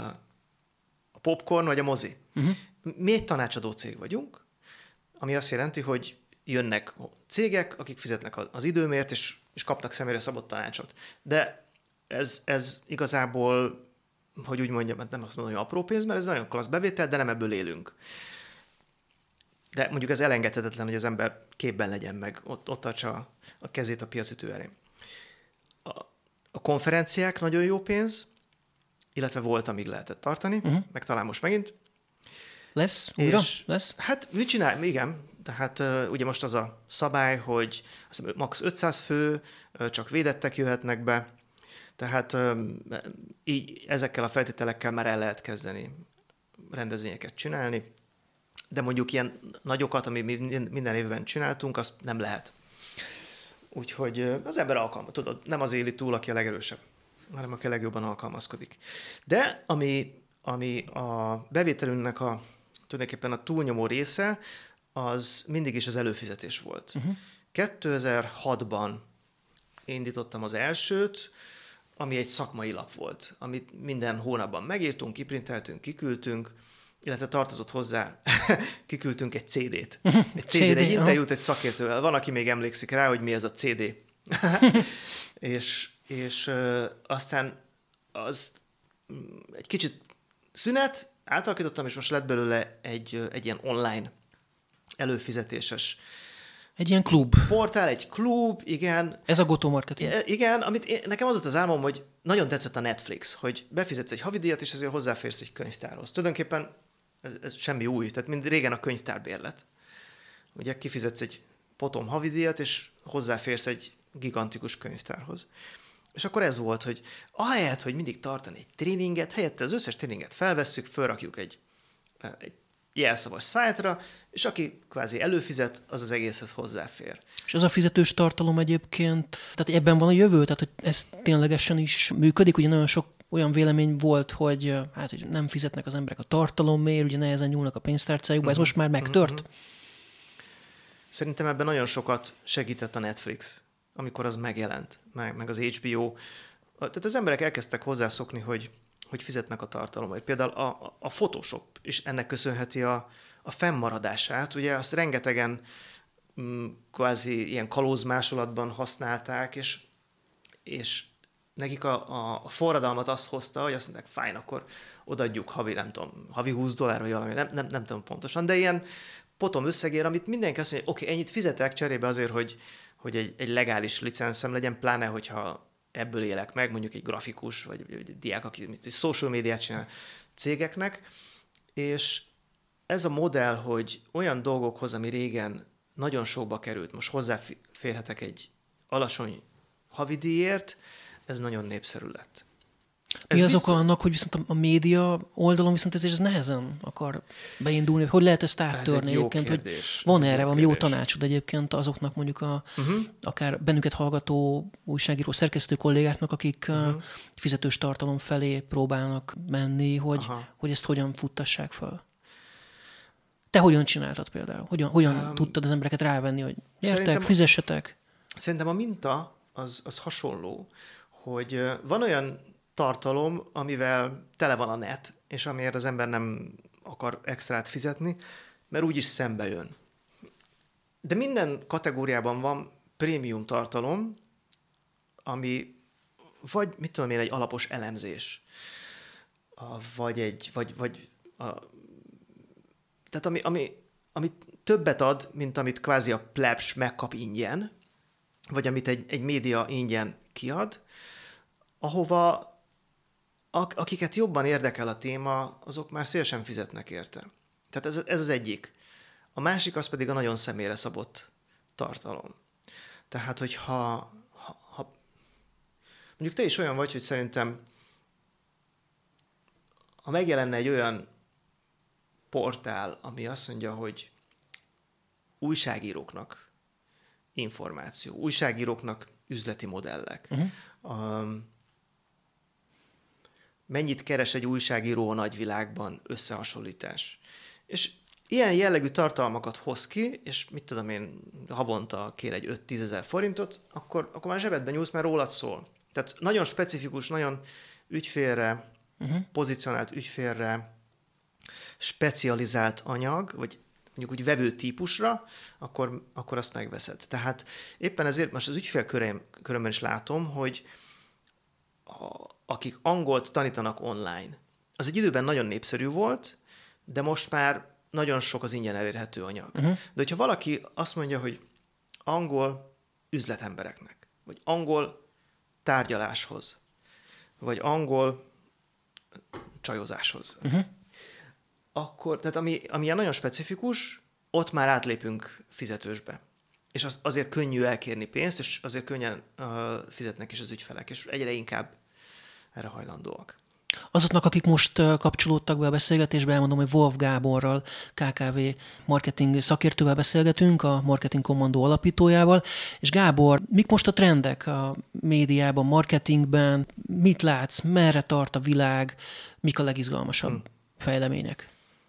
a popcorn vagy a mozi. Mi egy tanácsadó cég vagyunk, ami azt jelenti, hogy jönnek cégek, akik fizetnek az időmért, és kapnak személyre szabott tanácsot. De ez igazából, hogy úgy mondjam, nem azt mondom, hogy apró pénz, mert ez nagyon klassz bevétel, de nem ebből élünk. De mondjuk ez elengedhetetlen, hogy az ember képben legyen, meg ott tartsa a kezét a piacütő elén. A konferenciák nagyon jó pénz, illetve volt, amíg lehetett tartani, meg talán most megint. Lesz? Újra? Lesz? Hát mit csinál? Igen. Tehát ugye most az a szabály, hogy max. 500 fő, csak védettek jöhetnek be, tehát így ezekkel a feltételekkel már el lehet kezdeni rendezvényeket csinálni, de mondjuk ilyen nagyokat, ami minden évben csináltunk, azt nem lehet. Úgyhogy az ember tudod, nem az éli túl, aki a legerősebb, hanem aki a legjobban alkalmazkodik. De ami a bevételünknek tulajdonképpen a túlnyomó része, az mindig is az előfizetés volt. 2006-ban indítottam az elsőt, ami egy szakmai lap volt, amit minden hónapban megírtunk, kiprinteltünk, kiküldtünk, illetve tartozott hozzá, kiküldtünk egy CD-t. Egy CD-re egy interjút egy szakértővel. Van, aki még emlékszik rá, hogy mi ez a CD. és aztán az egy kicsit szünet, átalakítottam, és most lett belőle egy ilyen online előfizetéses egy ilyen klub. Portál, egy klub, igen. Ez a Gotó Marketing. Igen, nekem az volt az álmom, hogy nagyon tetszett a Netflix, hogy befizetsz egy havidíjat, és azért hozzáférsz egy könyvtárhoz. Tulajdonképpen ez semmi új, tehát mind régen a könyvtárbérlet. Ugye kifizetsz egy potom havidíjat, és hozzáférsz egy gigantikus könyvtárhoz. És akkor ez volt, hogy ahelyett, hogy mindig tartani egy tréninget, helyette az összes tréninget felvesszük, felrakjuk egy jelszavas szájtra, és aki kvázi előfizet, az egészhez hozzáfér. És az a fizetős tartalom egyébként, tehát ebben van a jövő, tehát hogy ez ténylegesen is működik, ugye nagyon sok olyan vélemény volt, hogy hogy nem fizetnek az emberek a tartalomért, ugye nehezen nyúlnak a pénztárcájukba, ez most már megtört? Szerintem ebben nagyon sokat segített a Netflix, amikor az megjelent, meg az HBO. Tehát az emberek elkezdtek hozzászokni, hogy fizetnek a tartalomért. Például a Photoshop is ennek köszönheti a a fennmaradását. Ugye azt rengetegen kvázi ilyen kalózmásolatban használták, és nekik a forradalmat azt hozta, hogy azt mondták, fájn, akkor odaadjuk havi $20, vagy valami, nem tudom pontosan, de ilyen potom összegér, amit mindenki azt mondja, oké, ennyit fizetek cserébe azért, hogy egy legális licenszem legyen, pláne, hogyha ebből élek meg, mondjuk egy grafikus, vagy egy diák, aki social médiát csinál cégeknek, és ez a modell, hogy olyan dolgokhoz, ami régen nagyon sokba került, most hozzáférhetek egy alacsony havidíjért, ez nagyon népszerű lett. Mi az oka annak, hogy viszont a média oldalon viszont ez nehezen akar beindulni? Hogy lehet ezt áttörni egyébként? Hogy van erre valami jó tanácsod egyébként azoknak mondjuk akár bennünket hallgató újságíró, szerkesztő kollégáknak, akik fizetős tartalom felé próbálnak menni, hogy ezt hogyan futtassák fel? Te hogyan csináltad például? Hogyan tudtad az embereket rávenni, hogy gyertek, fizessetek? Szerintem a minta az hasonló, hogy van olyan tartalom, amivel tele van a net, és amiért az ember nem akar extrát fizetni, mert úgyis szembe jön. De minden kategóriában van prémium tartalom, ami vagy, mit tudom én, egy alapos elemzés, tehát ami többet ad, mint amit kvázi a plebs megkap ingyen, vagy amit egy média ingyen kiad, ahova akiket jobban érdekel a téma, azok már szélesen fizetnek érte. Tehát ez az egyik. A másik az pedig a nagyon személyre szabott tartalom. Tehát, hogyha mondjuk te is olyan vagy, hogy szerintem ha megjelenne egy olyan portál, ami azt mondja, hogy újságíróknak információ, újságíróknak üzleti modellek, mennyit keres egy újságíró a nagyvilágban, összehasonlítás. És ilyen jellegű tartalmakat hoz ki, és mit tudom én, havonta kér egy 5-10 ezer forintot, akkor már zsebedbe nyúlsz, mert rólad szól. Tehát nagyon specifikus, nagyon ügyfélre, pozícionált ügyfélre specializált anyag, vagy mondjuk úgy vevő típusra, akkor azt megveszed. Tehát éppen ezért most az ügyfélkörömben is látom, hogy akik angolt tanítanak online, az egy időben nagyon népszerű volt, de most már nagyon sok az ingyen elérhető anyag. De hogyha valaki azt mondja, hogy angol üzletembereknek, vagy angol tárgyaláshoz, vagy angol csajozáshoz, akkor, tehát ami ilyen nagyon specifikus, ott már átlépünk fizetősbe. És azért könnyű elkérni pénzt, és azért könnyen fizetnek is az ügyfelek, és egyre inkább erre hajlandóak. Azoknak, akik most kapcsolódtak be a beszélgetésbe, elmondom, hogy Wolf Gáborral, KKV marketing szakértővel beszélgetünk, a Marketing Commando alapítójával. És Gábor, mik most a trendek a médiában, marketingben? Mit látsz? Merre tart a világ? Mik a legizgalmasabb fejlemények?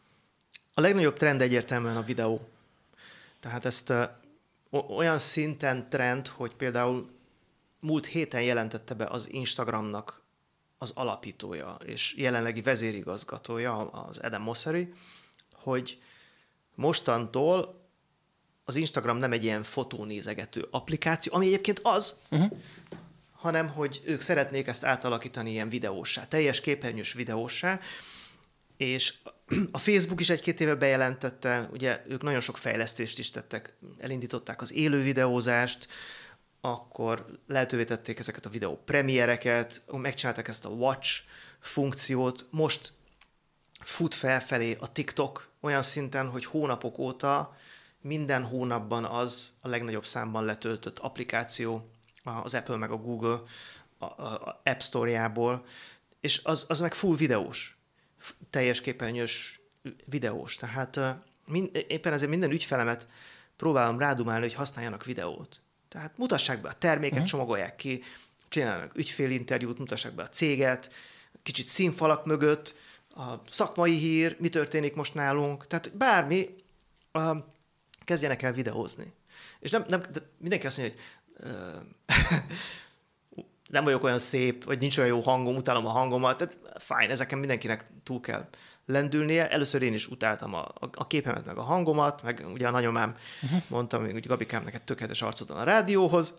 A legnagyobb trend egyértelműen a videó. Tehát ezt olyan szinten trend, hogy például múlt héten jelentette be az Instagramnak az alapítója és jelenlegi vezérigazgatója, az Adam Mosseri, hogy mostantól az Instagram nem egy ilyen fotónézegető applikáció, ami egyébként az, hanem hogy ők szeretnék ezt átalakítani ilyen videóssá, teljes képernyős videóssá, és a Facebook is 1-2 éve bejelentette, ugye ők nagyon sok fejlesztést is tettek, elindították az élő videózást, akkor lehetővé tették ezeket a videó premiereket, megcsinálták ezt a watch funkciót, most fut felfelé a TikTok olyan szinten, hogy hónapok óta minden hónapban az a legnagyobb számban letöltött applikáció az Apple meg a Google a App Store-jából, és az meg full videós, teljes képernyős videós. Tehát éppen ezért minden ügyfelemet próbálom rádumálni, hogy használjanak videót. Tehát mutassák be a terméket, csomagolják ki, csinálnak ügyfélinterjút, mutassák be a céget, kicsit színfalak mögött, a szakmai hír, mi történik most nálunk, tehát bármi, kezdjenek el videózni. És nem mindenki azt mondja, hogy nem vagyok olyan szép, vagy nincs olyan jó hangom, utálom a hangomat, tehát fájn, ezeken mindenkinek túl kell lendülnie. Először én is utáltam a képemet, meg a hangomat, meg ugye a nagyomám mondtam, hogy Gabikám, neked tökéletes arcod van a rádióhoz.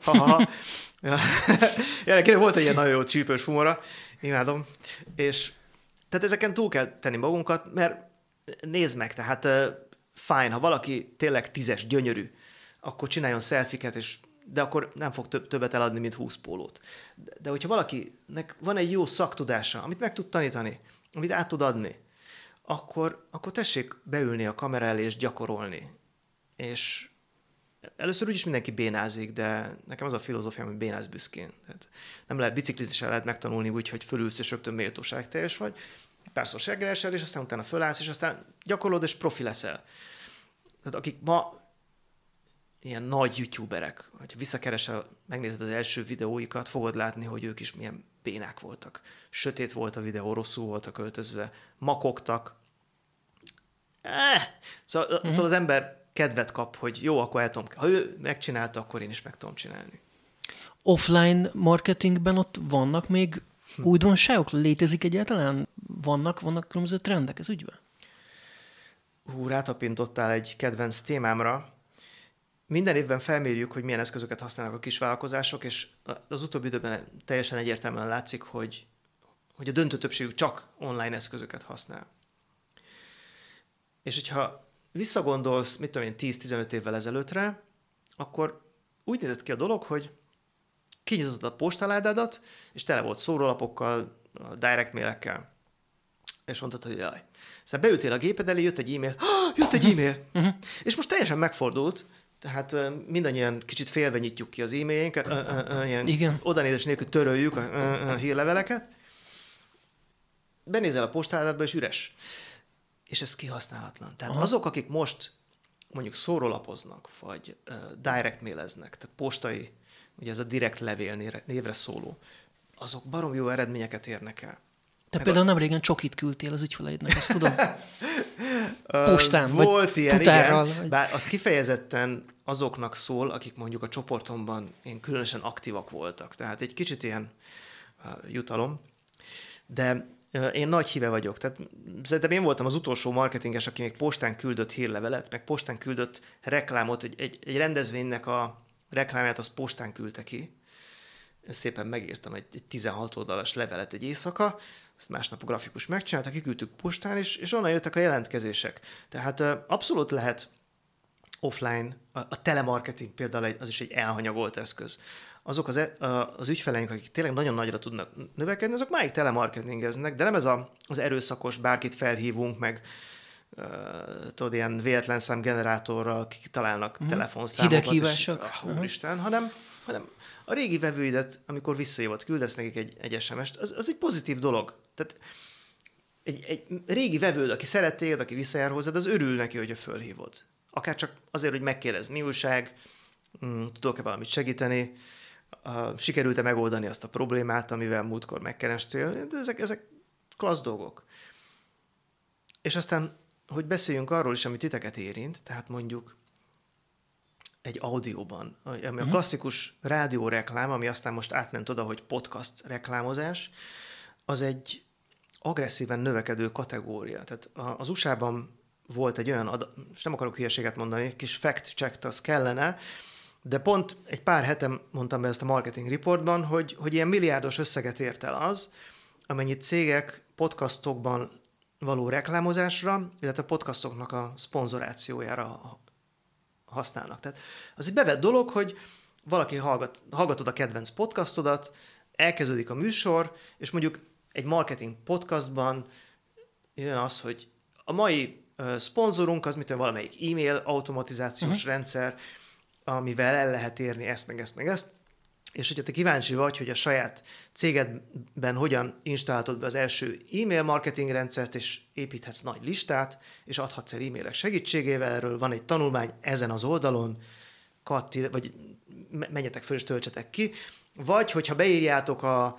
Ja, volt egy ilyen nagyon jó csípős humora, imádom. És tehát ezeken túl kell tenni magunkat, mert nézd meg, tehát fájn, ha valaki tényleg 10-es, gyönyörű, akkor csináljon selfiket, de akkor nem fog többet eladni, mint 20 pólót. De hogyha valakinek van egy jó szaktudása, amit meg tud tanítani, amit át tud adni, akkor tessék beülni a kamera elé és gyakorolni. És először úgyis mindenki bénázik, de nekem az a filozófiám, hogy bénáz büszkén. Tehát nem lehet biciklizni, sem lehet megtanulni úgy, hogy fölülsz és rögtön méltóságteljes vagy. Párszor seggelesel, és aztán utána fölállsz, és aztán gyakorolod, és profi leszel. Tehát akik ma ilyen nagy youtuberek, hogyha visszakeresel, megnézed az első videóikat, fogod látni, hogy ők is milyen bénák voltak. Sötét volt a videó, rosszul voltak öltözve, makogtak. Szóval attól az ember kedvet kap, hogy jó, akkor el tudom. Ha ő megcsinálta, akkor én is meg tudom csinálni. Offline marketingben ott vannak még újdonságok? Létezik egyáltalán? Vannak különböző trendek ez ügyben? Rátapintottál egy kedvenc témámra. Minden évben felmérjük, hogy milyen eszközöket használnak a kisvállalkozások, és az utóbbi időben teljesen egyértelműen látszik, hogy a döntő többségük csak online eszközöket használ. És hogyha visszagondolsz, mit tudom én, 10-15 évvel ezelőttre, akkor úgy nézett ki a dolog, hogy kinyitottad a postaládádat, és tele volt szórólapokkal, direct mailekkel. És mondtad, hogy jaj. Aztán beültél a géped elé, jött egy e-mail. Jött egy e-mail! És most teljesen megfordult, tehát mindannyian kicsit félve nyitjuk ki az e-mailjeinket, ilyen odanézés nélkül töröljük a hírleveleket. Benézel a postáládba, és üres. És ez kihasználatlan. Tehát azok, akik most mondjuk szórólapoznak, vagy direct maileznek, tehát postai, ugye ez a direkt levél névre szóló, azok barom jó eredményeket érnek el. Te például nem régen csokit küldtél az ügyfeleidnek, azt tudom. Postán, volt vagy ilyen, futárral. Igen, bár az kifejezetten azoknak szól, akik mondjuk a csoportomban én különösen aktívak voltak. Tehát egy kicsit ilyen jutalom. De én nagy híve vagyok. Tehát szerintem én voltam az utolsó marketinges, aki még postán küldött hírlevelet, meg postán küldött reklámot, egy rendezvénynek a reklámját azt postán küldte ki. Szépen megírtam egy 16 oldalas levelet egy éjszaka, ezt másnap a grafikus megcsinálta, kiküldtük postán, és onnan jöttek a jelentkezések. Tehát abszolút lehet offline, a telemarketing például az is egy elhanyagolt eszköz. Azok az ügyfeleink, akik tényleg nagyon nagyra tudnak növekedni, azok máig telemarketingeznek, de nem ez az erőszakos, bárkit felhívunk, meg tudod, ilyen véletlen számgenerátorral kitalálnak telefonszámokat. Hideghívások. Úristen, hanem a régi vevőidet, amikor visszahívod, küldesz nekik egy SMS-t, az egy pozitív dolog. Tehát egy régi vevőd, aki szeret téged, aki visszajár hozzád, az örül neki, hogyha fölhívod. Akár csak azért, hogy megkérdez, mi újság, tudok-e valamit segíteni, sikerült-e megoldani azt a problémát, amivel múltkor megkerestél, de ezek klassz dolgok. És aztán, hogy beszéljünk arról is, ami titeket érint, tehát mondjuk egy audióban, ami a klasszikus rádióreklám, ami aztán most átment oda, hogy podcast reklámozás, az egy agresszíven növekedő kategória. Tehát az USA-ban volt egy olyan, és nem akarok hülyeséget mondani, kis fact-check az kellene, de pont egy pár hete mondtam be ezt a marketing reportban, hogy ilyen milliárdos összeget ért el az, amennyit cégek podcastokban való reklámozásra, illetve podcastoknak a szponzorációjára használnak. Tehát az egy bevett dolog, hogy valaki hallgatod a kedvenc podcastodat, elkezdődik a műsor, és mondjuk egy marketing podcastban jön az, hogy a mai szponzorunk az valamelyik e-mail automatizációs rendszer, amivel el lehet érni ezt, meg ezt. És hogyha te kíváncsi vagy, hogy a saját cégedben hogyan installáltod be az első e-mail marketing rendszert, és építhetsz nagy listát, és adhatsz el e-mailek segítségével, erről van egy tanulmány ezen az oldalon, vagy menjetek föl és töltsetek ki, vagy hogyha beírjátok a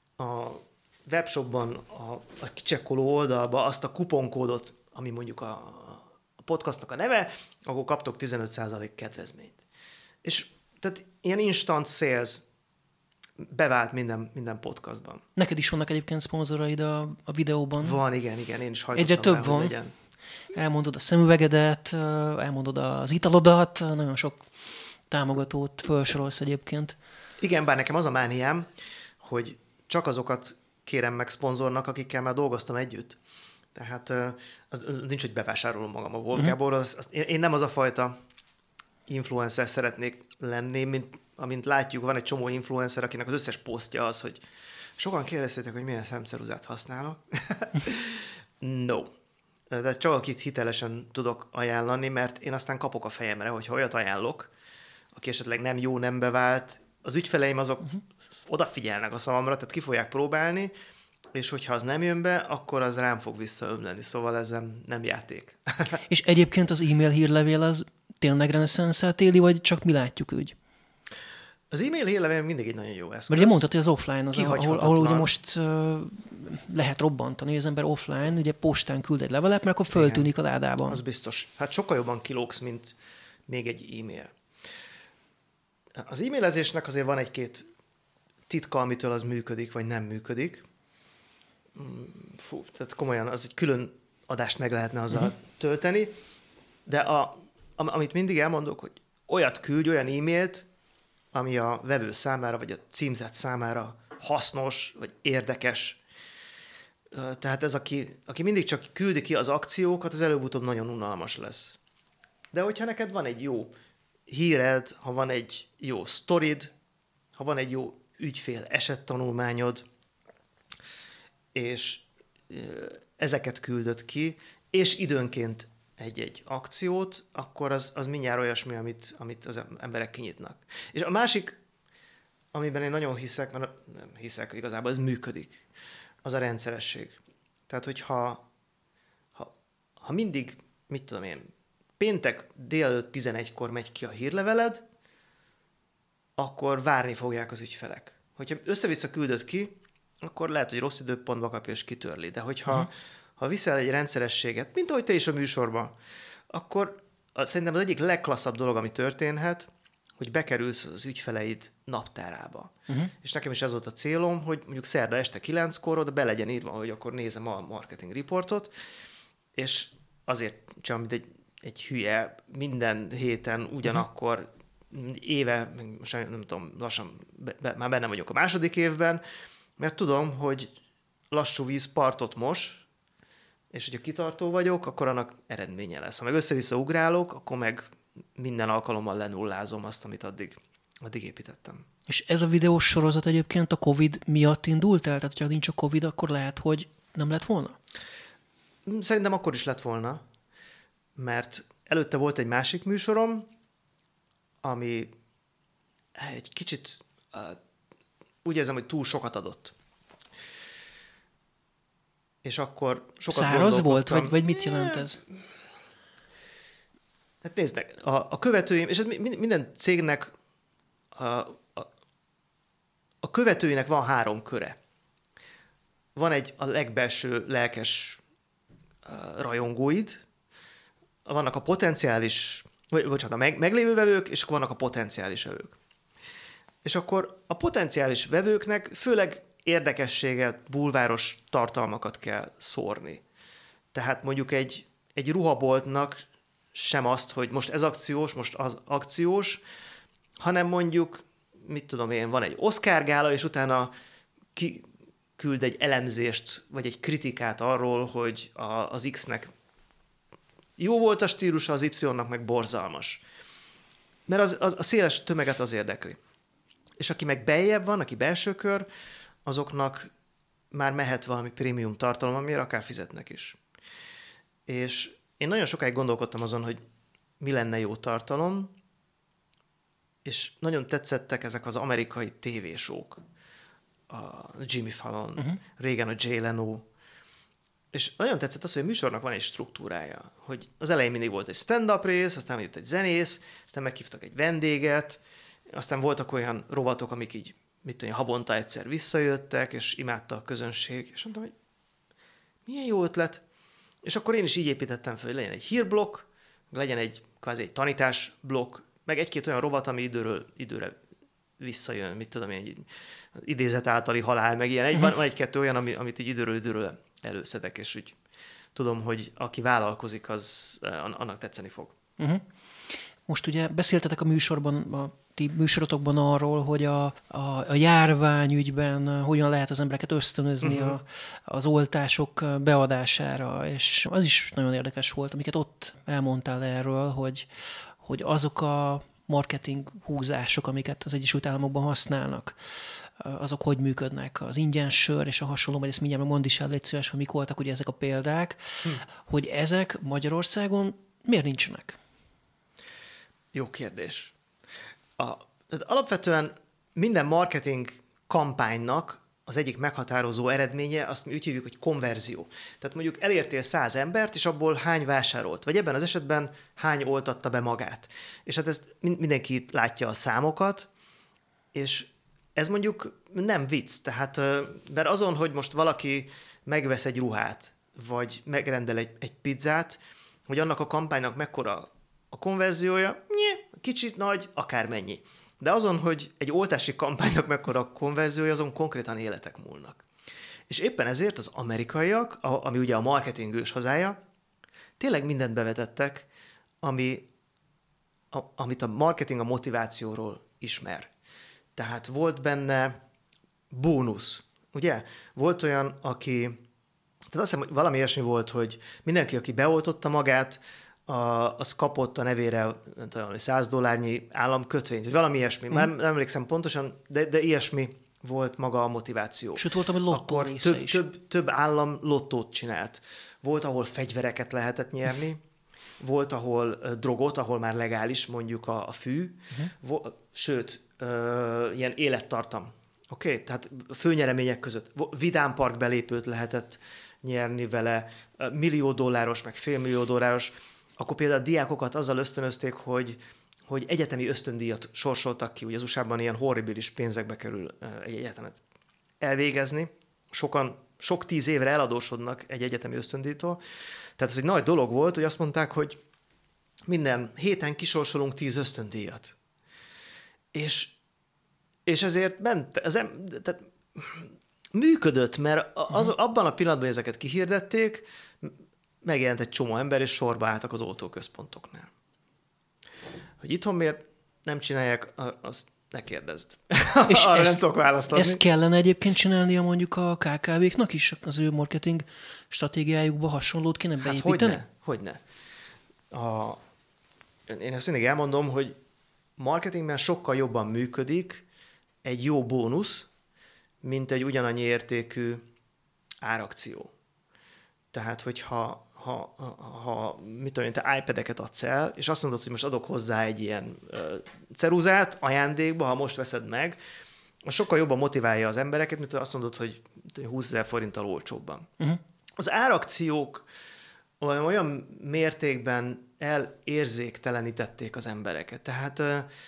webshopban a kicsekkoló oldalba azt a kuponkódot, ami mondjuk a podcastnak a neve, akkor kaptok 15% kedvezményt. És tehát ilyen instant sales bevált minden podcastban. Neked is vannak egyébként szponzoraid a videóban. Van, igen, én is hajtottam Egyre több rá, van. hogy legyen. Elmondod a szemüvegedet, elmondod az italodat, nagyon sok támogatót felsorolsz egyébként. Igen, bár nekem az a mániám, hogy csak azokat kérem meg szponzornak, akikkel már dolgoztam együtt. Tehát az nincs, hogy bevásárolom magam a Wolf Gáborhoz. Én nem az a fajta influencer szeretnék lenni, amint látjuk, van egy csomó influencer, akinek az összes posztja az, hogy sokan kérdeztétek, hogy milyen szemszeruzát használok. No. De csak akit hitelesen tudok ajánlani, mert én aztán kapok a fejemre, hogyha olyat ajánlok, aki esetleg nem jó, nem bevált, az ügyfeleim azok odafigyelnek a szavamra, tehát ki fogják próbálni, és hogyha az nem jön be, akkor az rám fog visszaömleni, szóval ez nem játék. És egyébként az e-mail hírlevél az tényleg reneszánszát éli, vagy csak mi látjuk úgy? Az e-mail hírlevél mindig egy nagyon jó eszköz. Mert ugye mondtad, hogy az offline, az, ahol ugye most lehet robbantani, hogy az ember offline, ugye postán küld egy levelet, mert akkor föltűnik a ládában. Az biztos. Hát sokkal jobban kilógsz, mint még egy e-mail. Az e-mailezésnek azért van egy-két titka, amitől az működik, vagy nem működik. Tehát komolyan, az egy külön adást meg lehetne azzal tölteni, de amit mindig elmondok, hogy olyat küldj, olyan e-mailt, ami a vevő számára, vagy a címzet számára hasznos, vagy érdekes. Tehát ez, aki mindig csak küldi ki az akciókat, az előbb-utóbb nagyon unalmas lesz. De hogyha neked van egy jó híred, ha van egy jó sztorid, ha van egy jó ügyfél esettanulmányod, és ezeket küldött ki, és időnként egy akciót, akkor az mindjárt olyasmi, amit az emberek kinyitnak. És a másik, amiben én nagyon hiszek, mert nem hiszek, igazából ez működik, az a rendszeresség. Tehát, hogyha mindig, mit tudom én, péntek délelőtt 11-kor megy ki a hírleveled, akkor várni fogják az ügyfelek. Hogyha össze-vissza küldöd ki, akkor lehet, hogy rossz időpontba kapja és kitörli. De hogyha ha viszel egy rendszerességet, mint ahogy te is a műsorban, akkor szerintem az egyik legklasszabb dolog, ami történhet, hogy bekerülsz az ügyfeleid naptárába. És nekem is ez volt a célom, hogy mondjuk szerda este 9-kor oda be legyen írva, hogy akkor nézem a marketing reportot, és azért csak mint egy hülye minden héten ugyanakkor éve, most nem tudom, lassan már benne vagyok a második évben, mert tudom, hogy lassú víz partot mos, és hogyha kitartó vagyok, akkor annak eredménye lesz. Ha meg össze-vissza ugrálok, akkor meg minden alkalommal lenullázom azt, amit addig építettem. És ez a videós sorozat egyébként a Covid miatt indult el? Tehát, ha nincs a Covid, akkor lehet, hogy nem lett volna? Szerintem akkor is lett volna, mert előtte volt egy másik műsorom, ami egy kicsit úgy érzem, hogy túl sokat adott. És akkor sokat száraz volt, vagy mit jelent ez? Hát nézd meg, a követőim, és ez minden cégnek a követőinek van 3 köre. Van a legbelső lelkes rajongóid, vannak a potenciális, a meglévő vevők, és akkor vannak a potenciális vevők. És akkor a potenciális vevőknek főleg érdekességet, bulváros tartalmakat kell szórni. Tehát mondjuk egy ruhaboltnak sem azt, hogy most ez akciós, most az akciós, hanem mondjuk, mit tudom én, van egy Oscar gála, és utána küld egy elemzést, vagy egy kritikát arról, hogy az X-nek jó volt a stílusa, az Y-nak meg borzalmas. Mert a széles tömeget az érdekli. És aki meg beljebb van, aki belső kör, azoknak már mehet valami prémium tartalom, amire akár fizetnek is. És én nagyon sokáig gondolkodtam azon, hogy mi lenne jó tartalom, és nagyon tetszettek ezek az amerikai tévésók. A Jimmy Fallon, régen a Jay Leno, és nagyon tetszett az, hogy a műsornak van egy struktúrája, hogy az elején mindig volt egy stand-up rész, aztán jött egy zenész, aztán meghívtak egy vendéget, aztán voltak olyan rovatok, amik így, mit tudom, havonta egyszer visszajöttek, és imádta a közönség, és mondtam, hogy milyen jó ötlet. És akkor én is így építettem fel, hogy legyen egy hírblokk, legyen egy kvázi egy tanításblokk, meg egy-két olyan rovat, ami időről időre visszajön, mit tudom én, egy idézet általi halál, meg ilyen. Van egy-kettő olyan, amit így időről előszedek, és úgy tudom, hogy aki vállalkozik, az annak tetszeni fog. Most ugye beszéltetek a műsorban, a ti műsorotokban arról, hogy a járványügyben hogyan lehet az embereket ösztönözni az oltások beadására, és az is nagyon érdekes volt, amiket ott elmondtál erről, hogy azok a marketing húzások, amiket az Egyesült Államokban használnak, azok hogy működnek, az ingyen sör és a hasonló, majd ezt mindjárt mondd is el, légy szíves, hogy mik voltak ugye ezek a példák, hogy ezek Magyarországon miért nincsenek? Jó kérdés. Tehát alapvetően minden marketing kampánynak az egyik meghatározó eredménye, azt mi úgy hívjuk, hogy konverzió. Tehát mondjuk elértél 100 embert, és abból hány vásárolt, vagy ebben az esetben hány oltatta be magát. És hát ezt mindenki látja a számokat, és ez mondjuk nem vicc. Tehát, mert azon, hogy most valaki megvesz egy ruhát, vagy megrendel egy pizzát, hogy annak a kampánynak mekkora a konverziója, kicsit nagy, akármennyi. De azon, hogy egy oltási kampánynak mekkora a konverziója, azon konkrétan életek múlnak. És éppen ezért az amerikaiak, ami ugye a marketing őshazája, tényleg mindent bevetettek, amit a marketing a motivációról ismer. Tehát volt benne bónusz, ugye? Volt olyan, tehát azt hiszem, hogy valami ilyesmi volt, hogy mindenki, aki beoltotta magát, az kapott a nevére nem tudom, $100 államkötvényt, vagy valami ilyesmi. Már nem emlékszem pontosan, de ilyesmi volt maga a motiváció. Sőt, volt, ami lottó része is. Több állam lottót csinált. Volt, ahol fegyvereket lehetett nyerni, volt, ahol drogot, ahol már legális mondjuk a fű, sőt, ilyen élettartam. Oké? Tehát főnyeremények között vidámpark belépőt lehetett nyerni vele, $1 millió, meg $500 000. Akkor például a diákokat azzal ösztönözték, hogy egyetemi ösztöndíjat sorsoltak ki. Ugye az USA-ban ilyen horribilis pénzekbe kerül egy egyetemet elvégezni. Sok 10 évre eladósodnak egy egyetemi ösztöndíjtól. Tehát ez egy nagy dolog volt, hogy azt mondták, hogy minden héten kisorsolunk 10 ösztöndíjat. És ezért tehát működött, mert abban a pillanatban ezeket kihirdették, megjelent egy csomó ember, és sorba álltak az oltóközpontoknál. Hogy itthon miért nem csinálják, azt ne kérdezd. És arra nem tudok választ adni. Ezt kellene egyébként csinálnia mondjuk a KKV-knak is, az ő marketing stratégiájukba hasonlót kéne beépíteni? Hogyne. Én ezt mindig elmondom, hogy marketingben sokkal jobban működik egy jó bónusz, mint egy ugyanannyi értékű árakció. Tehát, hogyha mit tudom én, te iPad-eket adsz el, és azt mondod, hogy most adok hozzá egy ilyen ceruzát ajándékba, ha most veszed meg, az sokkal jobban motiválja az embereket, mint azt mondod, hogy 20 000 forinttal olcsóbban. Az árakciók olyan mértékben elérzéktelenítették az embereket. Tehát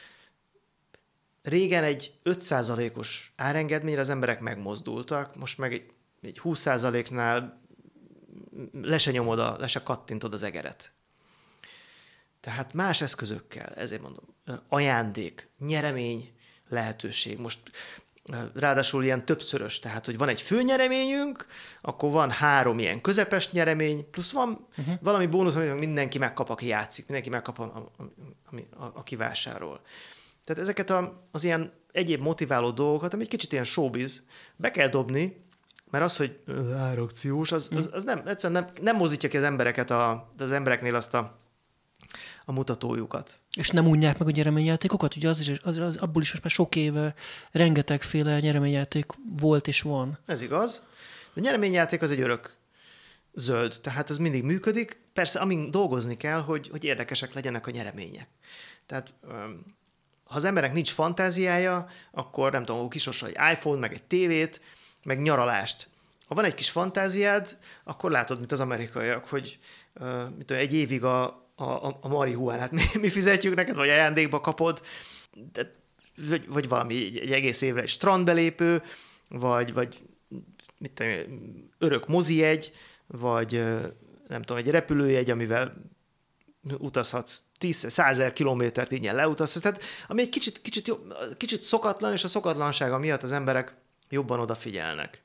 régen egy 5%-os árengedményre az emberek megmozdultak, most meg egy 20%-nál le se kattintod az egeret. Tehát más eszközökkel, ezért mondom, ajándék, nyeremény lehetőség. Most ráadásul ilyen többszörös, tehát, hogy van egy főnyereményünk, akkor van 3 ilyen közepes nyeremény, plusz van valami bónusz, amit mindenki megkap, aki játszik, mindenki megkap, aki vásárol. Tehát ezeket az ilyen egyéb motiváló dolgokat, ami egy kicsit ilyen showbiz, be kell dobni, mert az, hogy árakciós, az egyszerűen nem mozdítja ki az embereket, az embereknél azt a mutatójukat. És nem unják meg a nyereményjátékokat? Ugye abból is most már sok éve rengetegféle nyereményjáték volt és van. Ez igaz. A nyereményjáték az egy örök zöld, tehát ez mindig működik. Persze, amin dolgozni kell, hogy érdekesek legyenek a nyeremények. Tehát ha az embernek nincs fantáziája, akkor nem tudom, kisorsol egy iPhone, meg egy tévét, meg nyaralást. Ha van egy kis fantáziád, akkor látod, mint az amerikaiak, hogy egy évig a marihuánát mi fizetjük neked, vagy ajándékba kapod, vagy valami egy egész évre egy strandbelépő, vagy mit tudom, örök mozijegy, vagy nem tudom, egy repülőjegy, amivel utazhatsz 10-100 kilométert ingyen leutazhatsz, tehát ami egy kicsit szokatlan, és a szokatlansága miatt az emberek jobban odafigyelnek.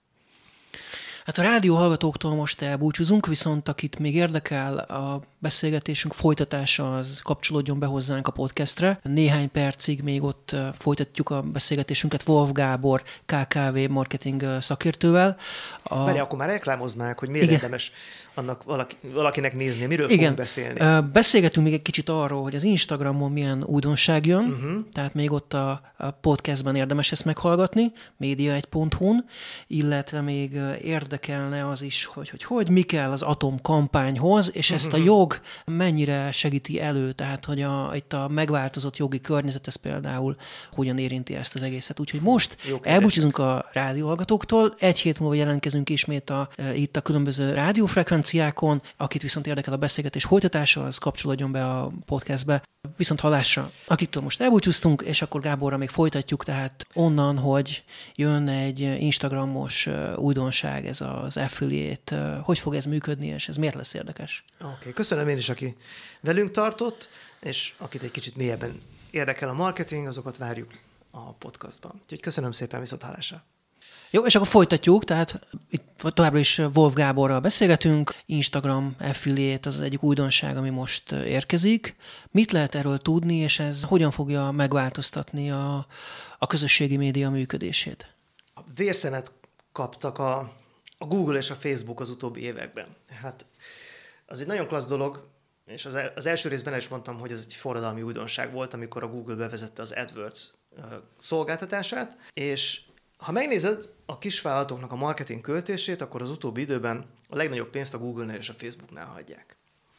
Hát a rádió hallgatóktól most elbúcsúzunk, viszont akit még érdekel a beszélgetésünk folytatása, az kapcsolódjon be hozzánk a podcastre. Néhány percig még ott folytatjuk a beszélgetésünket Wolf Gábor KKV marketing szakértővel. Várj, akkor már reklámozd meg, hogy miért érdemes annak valakinek nézni, miről fogunk beszélni. Beszélgetünk még egy kicsit arról, hogy az Instagramon milyen újdonság jön, tehát még ott a podcastben érdemes ezt meghallgatni, media1.hu-n, illetve még érdekelne az is, hogy mi kell az Atom kampányhoz, és ezt a jog mennyire segíti elő, tehát hogy itt a megváltozott jogi környezet, ez például hogyan érinti ezt az egészet. Úgyhogy most elbúcsúzunk a rádióhallgatóktól, egy hét múlva jelentkezünk ismét itt a különböző rádiófrekvenciákon, akit viszont érdekel a beszélgetés folytatása, az kapcsolódjon be a podcastbe. Viszont hallásra, akiktől most elbúcsúztunk, és akkor Gáborra még folytatjuk, tehát onnan, hogy jön egy Instagramos újdonság, ez az affiliate, hogy fog ez működni, és ez miért lesz érdekes? Oké, köszönöm én is, aki velünk tartott, és akit egy kicsit mélyebben érdekel a marketing, azokat várjuk a podcastban. Úgyhogy köszönöm szépen, viszont hallásra. Jó, és akkor folytatjuk, tehát itt továbbra is Wolf Gáborral beszélgetünk, Instagram affiliate az egyik újdonság, ami most érkezik. Mit lehet erről tudni, és ez hogyan fogja megváltoztatni a közösségi média működését? A vérszemet kaptak a Google és a Facebook az utóbbi években. Hát az egy nagyon klassz dolog, és az első részben is mondtam, hogy ez egy forradalmi újdonság volt, amikor a Google bevezette az AdWords szolgáltatását, és ha megnézed a kisvállalatoknak a marketing költését, akkor az utóbbi időben a legnagyobb pénzt a Google-nél és a Facebooknál hagyják.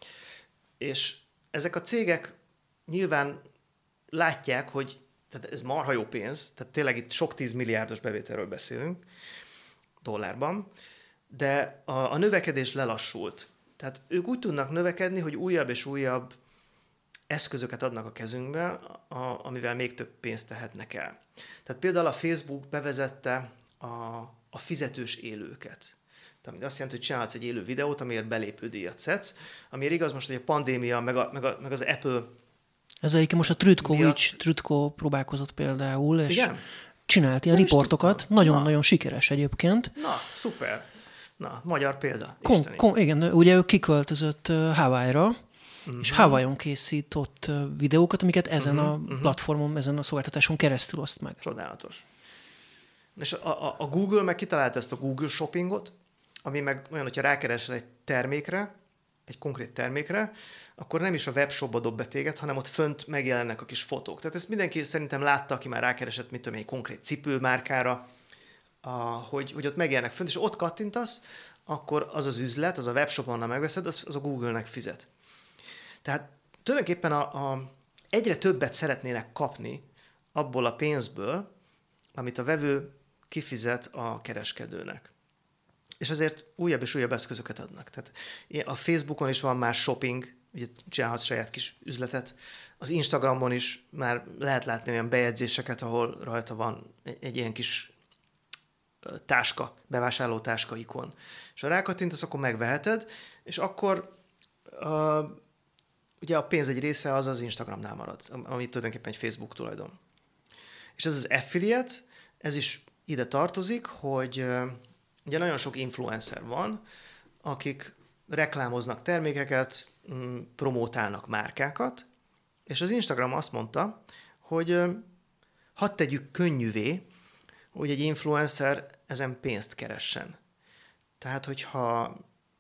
És ezek a cégek nyilván látják, hogy tehát ez marha jó pénz, tehát tényleg itt sok 10 milliárdos bevételről beszélünk dollárban, de a növekedés lelassult. Tehát ők úgy tudnak növekedni, hogy újabb és újabb eszközöket adnak a kezünkbe, amivel még több pénzt tehetnek el. Tehát például a Facebook bevezette a fizetős élőket. Tehát azt jelenti, hogy csinálhatsz egy élő videót, amiért belépődíjat szedsz, amiért igaz most, hogy a pandémia, meg az Apple... Ez egyébként most a Trutko próbálkozott például, és igen? csinált ilyen riportokat. Nagyon-nagyon sikeres egyébként. Na, szuper. Na, magyar példa. Igen, ugye ő kiköltözött Hawaii-ra, és Hawaii-on készított videókat, amiket ezen a platformon, ezen a szolgáltatáson keresztül oszt meg. Csodálatos. És a Google meg kitalált ezt a Google Shoppingot, ami meg olyan, hogyha rákeresel egy termékre, egy konkrét termékre, akkor nem is a webshopba dob be téged, hanem ott fönt megjelennek a kis fotók. Tehát ezt mindenki szerintem látta, aki már rákeresett, mit tudom, egy konkrét cipőmárkára, hogy ott megjelennek fönt, és ott kattintasz, akkor az az üzlet, az a webshop, onnan megveszed, az a Google-nek fizet. Tehát tulajdonképpen egyre többet szeretnének kapni abból a pénzből, amit a vevő kifizet a kereskedőnek. És ezért újabb és újabb eszközöket adnak. Tehát a Facebookon is van már shopping, ugye csinálhatsz saját kis üzletet. Az Instagramon is már lehet látni olyan bejegyzéseket, ahol rajta van egy ilyen kis táska, bevásárló táska ikon. És ha rákattintasz, akkor megveheted, és akkor ugye a pénz egy része az Instagramnál marad, ami tulajdonképpen egy Facebook tulajdon. És ez az affiliate, ez is ide tartozik, hogy ugye nagyon sok influencer van, akik reklámoznak termékeket, promótálnak márkákat, és az Instagram azt mondta, hogy hadd tegyük könnyűvé, hogy egy influencer ezen pénzt keressen. Tehát, hogyha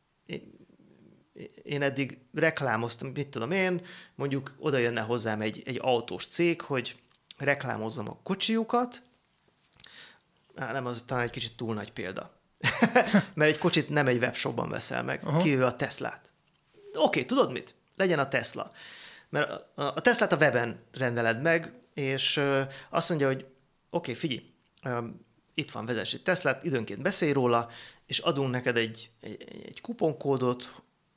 én eddig reklámoztam, mit tudom én, mondjuk oda jönne hozzám egy autós cég, hogy reklámozzam a kocsijukat, nem, az talán egy kicsit túl nagy példa. Mert egy kocsit nem egy webshopban veszel meg, kivéve a Teslát. Oké, tudod mit? Legyen a Tesla. Mert a Teslát a weben rendeled meg, és azt mondja, hogy oké, figyelj, itt van, vezess egy Teslát, időnként beszélj róla, és adunk neked egy kuponkódot,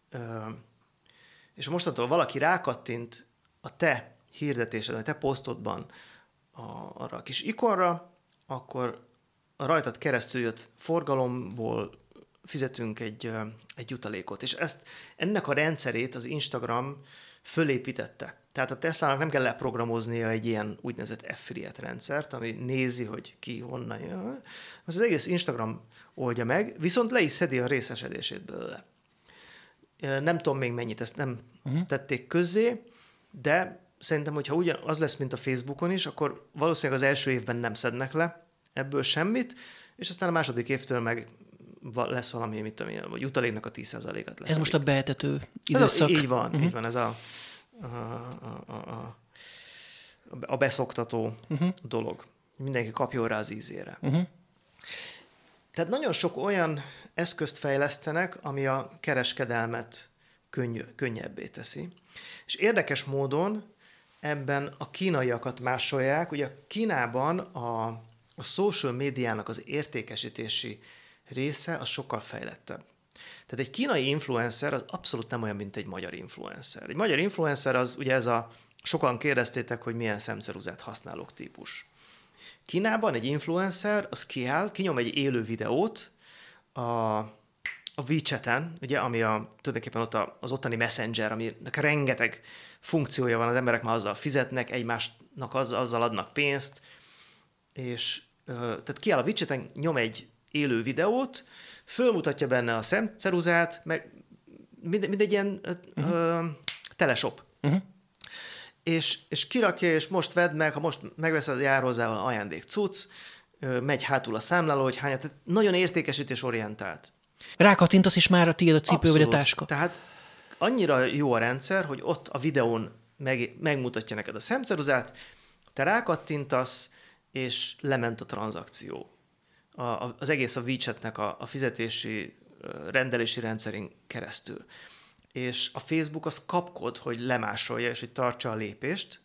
és mostantól valaki rákattint a te hirdetésed, a te posztodban arra a kis ikonra, akkor a rajtad keresztül jött forgalomból fizetünk egy jutalékot. És ennek a rendszerét az Instagram fölépítette. Tehát a Teslának nem kell leprogramoznia egy ilyen úgynevezett affiliate rendszert, ami nézi, hogy ki honnan jön. Az egész Instagram oldja meg, viszont le is szedi a részesedését belőle. Nem tudom még mennyit, ezt nem tették közzé, de szerintem, hogyha az lesz, mint a Facebookon is, akkor valószínűleg az első évben nem szednek le ebből semmit, és aztán a második évtől meg lesz valami, mit tudom én, vagy jutaléknak a 10%-at lesz. Ez most a behetető időszak. Így van, ez a beszoktató dolog. Mindenki kapjon rá az ízére. Tehát nagyon sok olyan eszközt fejlesztenek, ami a kereskedelmet könnyebbé teszi. És érdekes módon ebben a kínaiakat másolják. Ugye Kínában a social médiának az értékesítési része az sokkal fejlettebb. Tehát egy kínai influencer az abszolút nem olyan, mint egy magyar influencer. Egy magyar influencer az ugye sokan kérdeztétek, hogy milyen szemceruzát használok típus. Kínában egy influencer az kinyom egy élő videót a WeChat-en, ugye, ami tulajdonképpen ott az ottani messenger, aminek rengeteg funkciója van, az emberek már azzal fizetnek, egymásnak azzal adnak pénzt, és tehát kiáll a WeChat-en, nyom egy élő videót, fölmutatja benne a szemceruzát, meg mindegy ilyen teleshop. És kirakja, és most vedd meg, ha most megveszed, jár hozzá ajándék cucc, megy hátul a számláló, hogy hányat, tehát nagyon értékesítésorientált. Rákattintasz, és már a tiéd a cipő Abszolút. vagy a táska. Tehát annyira jó a rendszer, hogy ott a videón megmutatja neked a szemceruzát, te rákattintasz, és lement a tranzakció. Az egész a WeChat-nek a fizetési rendelési rendszerén keresztül. És a Facebook az kapkod, hogy lemásolja, és hogy tartsa a lépést,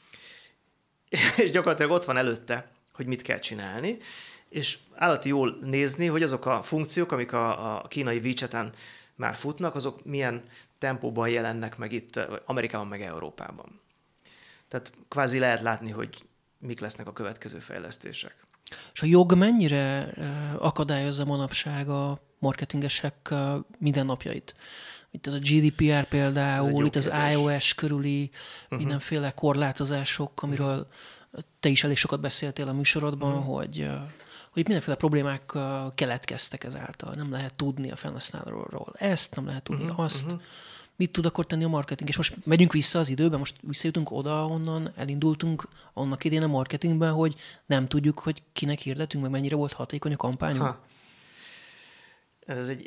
és gyakorlatilag ott van előtte, hogy mit kell csinálni, és állati jól nézni, hogy azok a funkciók, amik a kínai WeChat-en már futnak, azok milyen tempóban jelennek meg itt Amerikában, meg Európában. Tehát kvázi lehet látni, hogy mik lesznek a következő fejlesztések. És a jog mennyire akadályozza manapság a marketingesek mindennapjait? Itt ez a GDPR például, itt az iOS körüli mindenféle korlátozások, amiről te is elég sokat beszéltél a műsorodban, hogy mindenféle problémák keletkeztek ezáltal. Nem lehet tudni a felhasználóról ezt, nem lehet tudni azt. Mit tud akkor tenni a marketing? És most megyünk vissza az időben, most visszajutunk oda, ahonnan elindultunk annak idén a marketingben, hogy nem tudjuk, hogy kinek hirdetünk, meg mennyire volt hatékony a kampányunk. Ez egy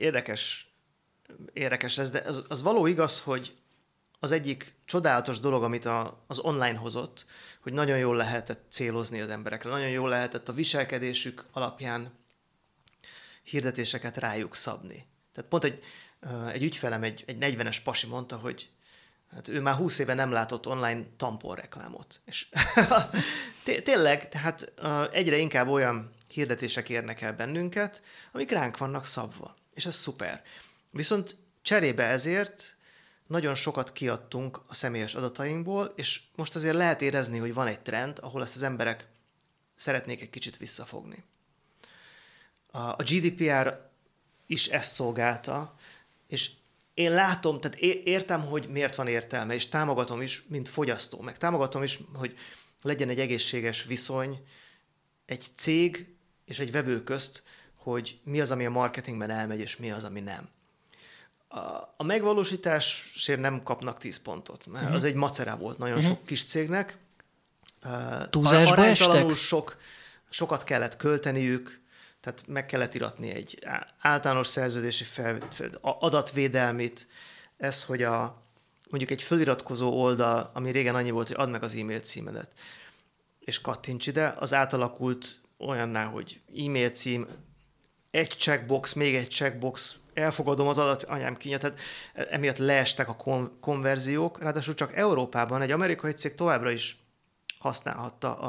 érdekes lesz, de az való igaz, hogy az egyik csodálatos dolog, amit az online hozott, hogy nagyon jól lehetett célozni az emberekre, nagyon jól lehetett a viselkedésük alapján hirdetéseket rájuk szabni. Tehát pont egy ügyfelem, egy 40-es pasi mondta, hogy hát ő már 20 éve nem látott online tamponreklámot. És tényleg, tehát egyre inkább olyan hirdetések érnek el bennünket, amik ránk vannak szabva. És ez szuper. Viszont cserébe ezért nagyon sokat kiadtunk a személyes adatainkból, és most azért lehet érezni, hogy van egy trend, ahol ezt az emberek szeretnék egy kicsit visszafogni. A GDPR is ezt szolgálta, és én látom, tehát értem, hogy miért van értelme, és támogatom is, mint fogyasztó, meg támogatom is, hogy legyen egy egészséges viszony egy cég és egy vevő közt, hogy mi az, ami a marketingben elmegy, és mi az, ami nem. A megvalósításért nem kapnak 10 pontot, mert az egy macerá volt nagyon sok kis cégnek. Túlzásba estek? Sokat kellett költeniük, tehát meg kellett iratni egy általános szerződési adatvédelmit, ez, hogy mondjuk egy föliratkozó oldal, ami régen annyi volt, hogy add meg az e-mail címedet, és kattints ide, az átalakult olyanná, hogy e-mail cím, egy checkbox, még egy checkbox, elfogadom az adat, anyám kínja, tehát emiatt leestek a konverziók, ráadásul csak Európában egy amerikai cég továbbra is használhatta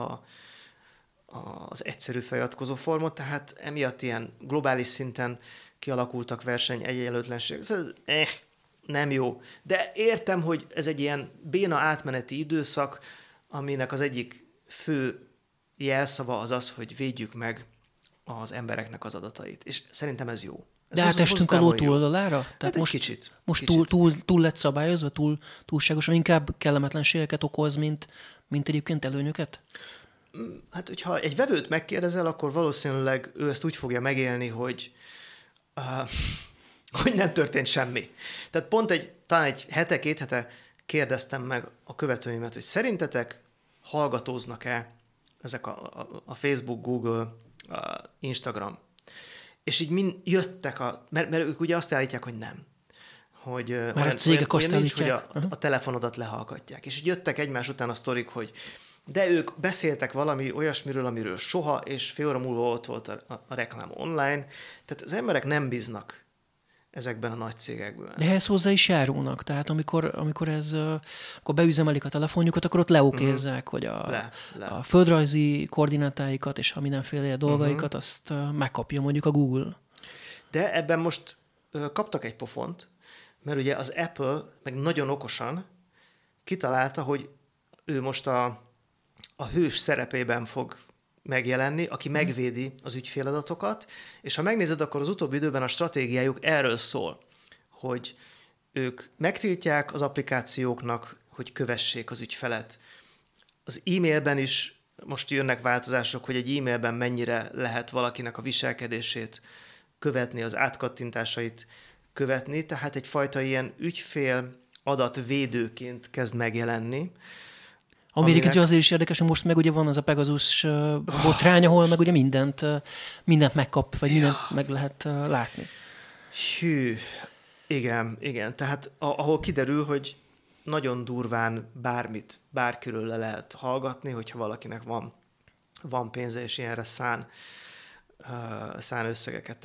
az egyszerű feliratkozó formot, tehát emiatt ilyen globális szinten kialakultak egyenlőtlenségek. Nem jó. De értem, hogy ez egy ilyen béna átmeneti időszak, aminek az egyik fő jelszava az az, hogy védjük meg az embereknek az adatait. És szerintem ez jó. De átestünk a ló túloldalára? Tehát most kicsit. Most túl lett szabályozva, túlságosan inkább kellemetlenségeket okoz, mint egyébként előnyöket? Hát, hogyha egy vevőt megkérdezel, akkor valószínűleg ő ezt úgy fogja megélni, hogy nem történt semmi. Tehát pont talán egy két hete kérdeztem meg a követőimet, hogy szerintetek hallgatóznak-e ezek a Facebook, Google, Instagram. És így jöttek, mert ők ugye azt állítják, hogy nem. Hogy már a cégek azt állítják. Hogy a telefonodat lehallgatják. És így jöttek egymás után a sztorik, hogy de ők beszéltek valami olyasmiről, amiről soha, és fél óra múlva ott volt a reklám online. Tehát az emberek nem bíznak ezekben a nagy cégekben. De ehhez hozzá is járulnak. Tehát amikor beüzemelik a telefonjukat, akkor ott leokézzák, hogy a földrajzi koordinátáikat és a mindenféle dolgaikat azt megkapja mondjuk a Google. De ebben most kaptak egy pofont, mert ugye az Apple meg nagyon okosan kitalálta, hogy ő most a hős szerepében fog megjelenni, aki megvédi az ügyféladatokat, és ha megnézed, akkor az utóbbi időben a stratégiájuk erről szól, hogy ők megtiltják az applikációknak, hogy kövessék az ügyfelet. Az e-mailben is most jönnek változások, hogy egy e-mailben mennyire lehet valakinek a viselkedését követni, az átkattintásait követni, tehát egyfajta ilyen ügyfél adatvédőként kezd megjelenni. Ami egyébként azért is érdekes, hogy most meg ugye van az a Pegasus botrány, ahol meg ugye mindent megkap, vagy mindent meg lehet látni. Hű, igen. Tehát ahol kiderül, hogy nagyon durván bárkiről le lehet hallgatni, hogyha valakinek van pénze, és ilyenre szán összegeket.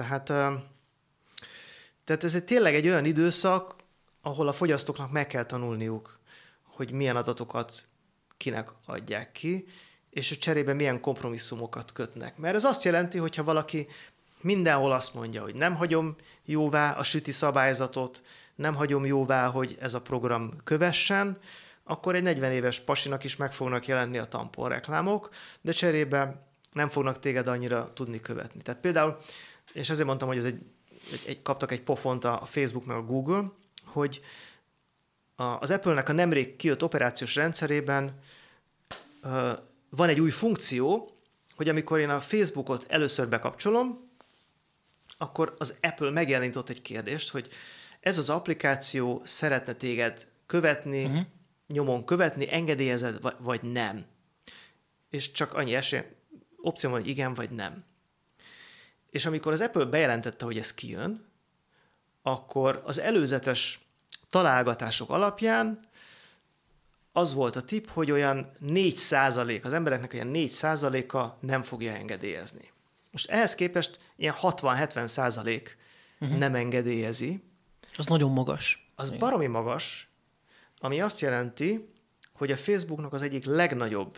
Tehát ez tényleg egy olyan időszak, ahol a fogyasztóknak meg kell tanulniuk, hogy milyen adatokat kinek adják ki, és a cserébe milyen kompromisszumokat kötnek. Mert ez azt jelenti, hogyha valaki mindenhol azt mondja, hogy nem hagyom jóvá a süti szabályzatot, nem hagyom jóvá, hogy ez a program kövessen, akkor egy 40 éves pasinak is meg fognak jelenni a tampon reklámok, de cserébe nem fognak téged annyira tudni követni. Tehát például, és azért mondtam, hogy ez kaptak egy pofont a Facebook meg a Google, hogy az Apple-nek a nemrég kijött operációs rendszerében van egy új funkció, hogy amikor én a Facebookot először bekapcsolom, akkor az Apple megjelenított egy kérdést, hogy ez az applikáció szeretne téged követni, nyomon követni, engedélyezed, vagy nem. És csak annyi opció van, hogy igen, vagy nem. És amikor az Apple bejelentette, hogy ez kijön, akkor az előzetes találgatások alapján az volt a tipp, hogy olyan 4%, az embereknek olyan 4%-a nem fogja engedélyezni. Most ehhez képest ilyen 60-70% nem engedélyezi. Az nagyon magas. Az baromi magas, ami azt jelenti, hogy a Facebooknak az egyik legnagyobb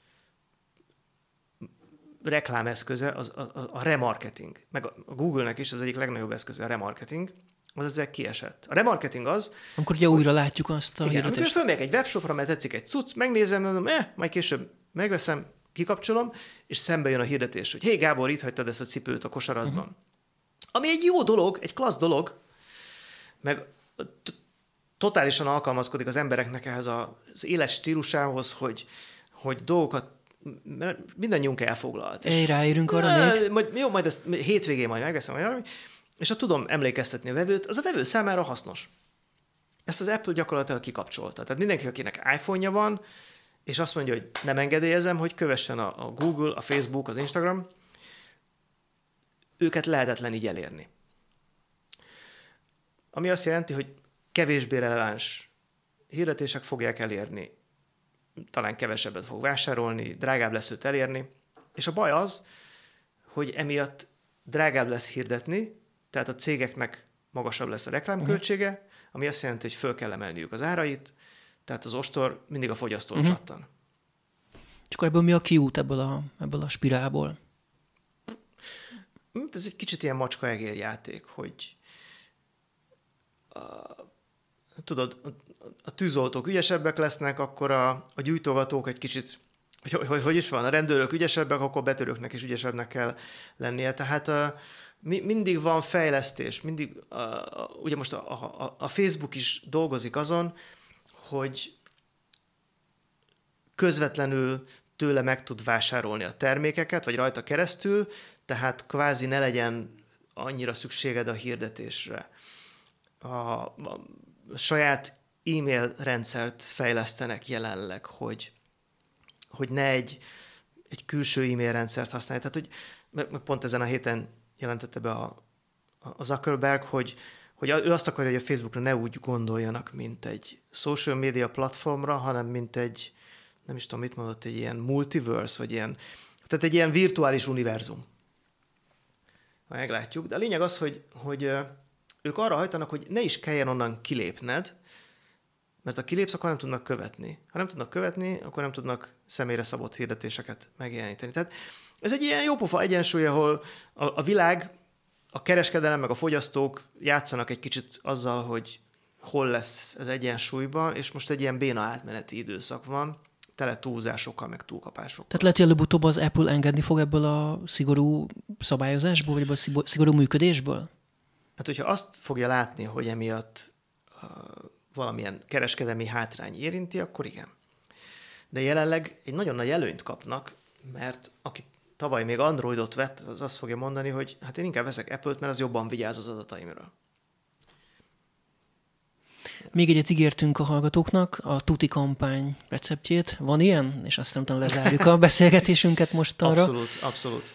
reklámeszköze a remarketing, meg a Google-nek is az egyik legnagyobb eszköze a remarketing, az ezzel kiesett. A remarketing az... Amikor ugye újra látjuk azt a hirdetést. Amikor fölmegyek egy webshopra, mert tetszik egy cucc, megnézem, mondom, majd később megveszem, kikapcsolom, és szembe jön a hirdetés, hogy hé Gábor, itt hagytad ezt a cipőt a kosaradban. Ami egy jó dolog, egy klassz dolog, meg totálisan alkalmazkodik az embereknek ehhez az éles stílusához, hogy dolgokat mindannyiunk elfoglalt. Ráérünk arra még? Majd ezt hétvégén majd megveszem, vagy valami, és ha tudom emlékeztetni a vevőt, az a vevő számára hasznos. Ezt az Apple gyakorlatilag kikapcsolta. Tehát mindenki, akinek iPhone-ja van, és azt mondja, hogy nem engedélyezem, hogy kövessen a Google, a Facebook, az Instagram, őket lehetetlen így elérni. Ami azt jelenti, hogy kevésbé releváns hirdetések fogják elérni, talán kevesebbet fog vásárolni, drágább lesz őt elérni, és a baj az, hogy emiatt drágább lesz hirdetni, tehát a cégeknek magasabb lesz a reklámköltsége, ami azt jelenti, hogy föl kell emelniük az árait, tehát az ostor mindig a fogyasztón csattan. Csak ebből mi a kiút ebből a spirálból? Ez egy kicsit ilyen macska-egér játék, hogy tudod, a tűzoltók ügyesebbek lesznek, akkor a gyújtogatók egy kicsit hogy is van, a rendőrök ügyesebbek, akkor betörőknek is ügyesebbnek kell lennie. Tehát mindig van fejlesztés, mindig, ugye most a Facebook is dolgozik azon, hogy közvetlenül tőle meg tud vásárolni a termékeket, vagy rajta keresztül, tehát kvázi ne legyen annyira szükséged a hirdetésre. A saját e-mail rendszert fejlesztenek jelenleg, hogy ne egy külső e-mail rendszert használj. Tehát, hogy pont ezen a héten jelentette be a Zuckerberg, hogy ő azt akarja, hogy a Facebookra ne úgy gondoljanak, mint egy social media platformra, hanem mint egy, nem is tudom, mit mondott, egy ilyen multiverse, vagy ilyen, tehát egy ilyen virtuális univerzum. Meglátjuk. De a lényeg az, hogy ők arra hajtanak, hogy ne is kelljen onnan kilépned, mert ha kilépsz, akkor nem tudnak követni. Ha nem tudnak követni, akkor nem tudnak személyre szabott hirdetéseket megjeleníteni. Tehát ez egy ilyen jópofa egyensúly, ahol a világ, a kereskedelem, meg a fogyasztók játszanak egy kicsit azzal, hogy hol lesz ez egyensúlyban, és most egy ilyen béna átmeneti időszak van, tele túlzásokkal, meg túlkapásokkal. Tehát lehet, hogy előbb-utóbb az Apple engedni fog ebből a szigorú szabályozásból, vagy ebből a szigorú működésből? Hát, hogyha azt fogja látni, hogy emiatt valamilyen kereskedelmi hátrány érinti, akkor igen. De jelenleg egy nagyon nagy előnyt kapnak, mert aki tavaly még Androidot vett, az azt fogja mondani, hogy hát én inkább veszek Apple-t, mert az jobban vigyáz az adataimra. Még egyet ígértünk a hallgatóknak, a Tuti kampány receptjét. Van ilyen? És aztán utána lezárjuk a beszélgetésünket most arra. Abszolút.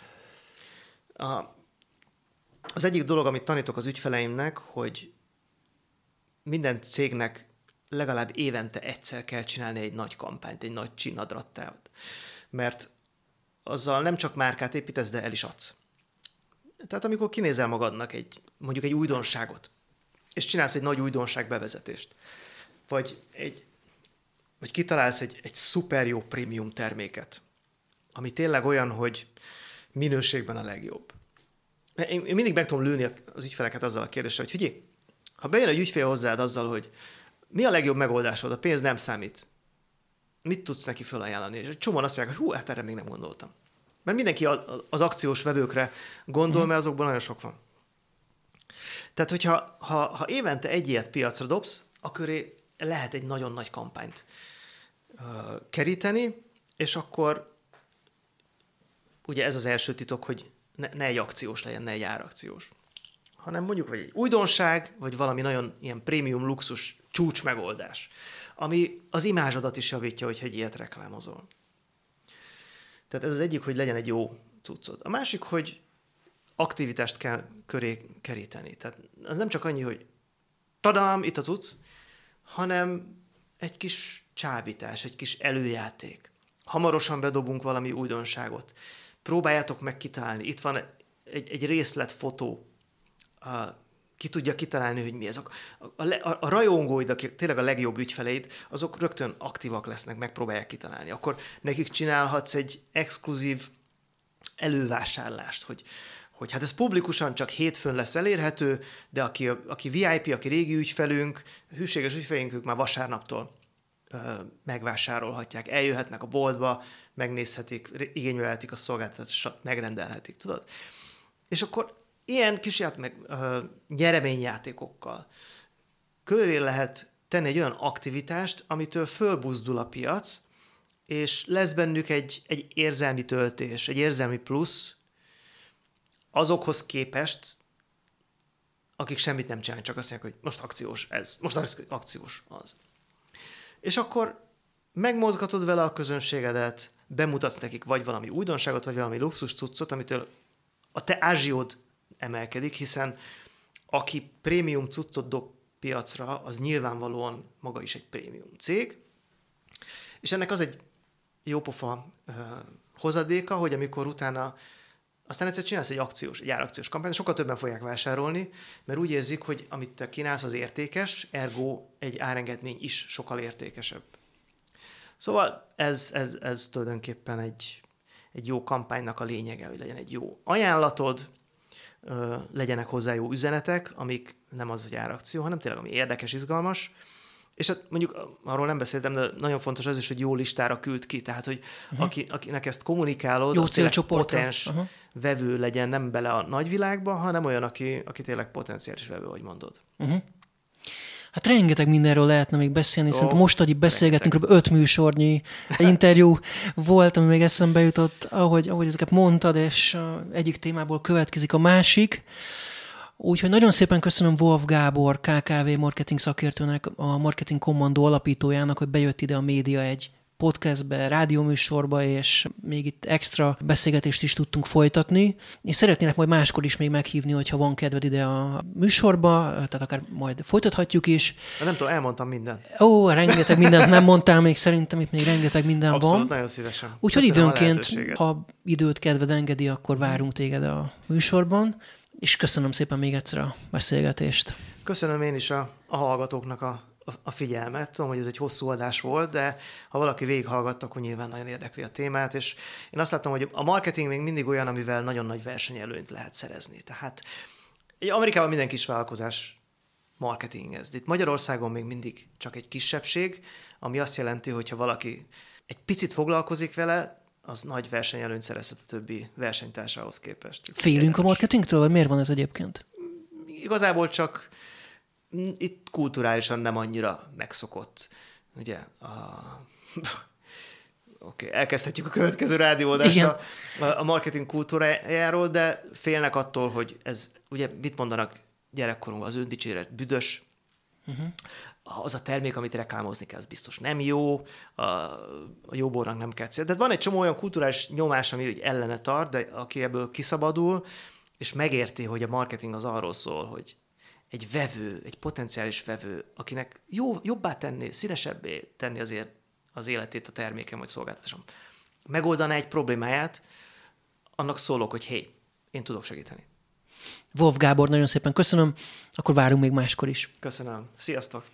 Az egyik dolog, amit tanítok az ügyfeleimnek, hogy minden cégnek legalább évente egyszer kell csinálni egy nagy kampányt, egy nagy csinadrattát. Mert azzal nem csak márkát építesz, de el is adsz. Tehát amikor kinézel magadnak mondjuk egy újdonságot, és csinálsz egy nagy újdonság bevezetést, vagy kitalálsz egy szuper jó prémium terméket, ami tényleg olyan, hogy minőségben a legjobb. Én mindig meg tudom lőni az ügyfeleket azzal a kérdéssel, hogy figyelj, ha bejön egy ügyfél hozzád azzal, hogy mi a legjobb megoldásod, a pénz nem számít, mit tudsz neki felajánlani? És egy csomóan azt mondják, hogy hát erre még nem gondoltam. Mert mindenki az akciós vevőkre gondol, mert azokból nagyon sok van. Tehát, hogyha ha évente egy ilyet piacra dobsz, akkor lehet egy nagyon nagy kampányt keríteni, és akkor ugye ez az első titok, hogy ne egy akciós legyen, ne egy árakciós, hanem mondjuk vagy egy újdonság, vagy valami nagyon ilyen prémium, luxus csúcs megoldás, ami az imázsodat is javítja, hogyha egy ilyet reklámozol. Tehát ez az egyik, hogy legyen egy jó cuccod. A másik, hogy aktivitást kell köré keríteni. Tehát az nem csak annyi, hogy tadám, itt a cucc, hanem egy kis csábítás, egy kis előjáték. Hamarosan bedobunk valami újdonságot. Próbáljátok meg kitalálni. Itt van egy részletfotó. Ki tudja kitalálni, hogy mi ez. A rajongóid, tényleg a legjobb ügyfeleid, azok rögtön aktívak lesznek, megpróbálják kitalálni. Akkor nekik csinálhatsz egy exkluzív elővásárlást, hogy hát ez publikusan csak hétfőn lesz elérhető, de aki VIP, aki régi ügyfelünk, hűséges ügyfeleink, ők már vasárnaptól megvásárolhatják, eljöhetnek a boltba, megnézhetik, igényelhetik a szolgáltatást, megrendelhetik, tudod? És akkor ilyen kis nyereményjátékokkal köré lehet tenni egy olyan aktivitást, amitől fölbuzdul a piac, és lesz bennük egy érzelmi töltés, egy érzelmi plusz azokhoz képest, akik semmit nem csinálnak, csak azt mondják, hogy most akciós ez, most akciós az. És akkor megmozgatod vele a közönségedet, bemutatsz nekik vagy valami újdonságot, vagy valami luxus cuccot, amitől a te ázsiód emelkedik, hiszen aki prémium cuccot dob piacra, az nyilvánvalóan maga is egy prémium cég, és ennek az egy jópofa hozadéka, hogy amikor utána aztán egyszer csinálsz egy árakciós kampányt, sokkal többen fogják vásárolni, mert úgy érzik, hogy amit te kínálsz, az értékes, ergo egy árengedmény is sokkal értékesebb. Szóval ez tulajdonképpen egy jó kampánynak a lényege, hogy legyen egy jó ajánlatod, legyenek hozzá jó üzenetek, amik nem az, hogy árakció, hanem tényleg ami érdekes, izgalmas, És hát mondjuk arról nem beszéltem, de nagyon fontos az is, hogy jó listára küld ki. Tehát, hogy akinek ezt kommunikálod, jó az tényleg célcsoportra. potens vevő legyen, nem bele a nagyvilágba, hanem olyan, aki tényleg potenciális vevő, ahogy mondod. Hát rengeteg mindenről lehetne még beszélni, szerintem most, hogy beszélgetünk, kb. 5 műsornyi interjú volt, ami még eszembe jutott, ahogy ezeket mondtad, és egyik témából következik a másik. Úgyhogy nagyon szépen köszönöm Wolf Gábor, KKV marketing szakértőnek, a Marketing Kommandó alapítójának, hogy bejött ide a Média egy podcastbe, rádióműsorba, és még itt extra beszélgetést is tudtunk folytatni. És szeretnének majd máskor is még meghívni, hogyha van kedved ide a műsorba, tehát akár majd folytathatjuk is. De nem tudom, elmondtam mindent. Ó, rengeteg mindent nem mondtál még, szerintem itt még rengeteg minden Abszolút, van. nagyon szívesen. Úgyhogy időnként, ha időt kedved engedi, akkor várunk téged a műsorban. És köszönöm szépen még egyszer a beszélgetést. Köszönöm én is a hallgatóknak a figyelmet. Tudom, hogy ez egy hosszú adás volt, de ha valaki végighallgatta, akkor nyilván nagyon érdekli a témát, és én azt látom, hogy a marketing még mindig olyan, amivel nagyon nagy versenyelőnyt lehet szerezni. Tehát Amerikában minden kis vállalkozás marketingez. Itt Magyarországon még mindig csak egy kisebbség, ami azt jelenti, hogy ha valaki egy picit foglalkozik vele, az nagy versenyelőnyt szerezhet a többi versenytársához képest. Félünk a marketingtől, vagy miért van ez egyébként? Igazából csak itt kulturálisan nem annyira megszokott. Ugye, elkezdhetjük a következő rádióadást a marketing kultúrájáról, de félnek attól, hogy ez, ugye mit mondanak gyerekkorunkban, az öndicséret büdös, az a termék, amit reklámozni kell, az biztos nem jó, a jó bornak nem kell cél. De van egy csomó olyan kulturális nyomás, ami ellene tart, de aki ebből kiszabadul, és megérti, hogy a marketing az arról szól, hogy egy vevő, egy potenciális vevő, akinek jobbá tenni, színesebbé tenni azért az életét a terméken vagy szolgáltatásom, megoldaná egy problémáját, annak szólok, hogy hé, én tudok segíteni. Wolf Gábor, nagyon szépen köszönöm, akkor várunk még máskor is. Köszönöm. Sziasztok!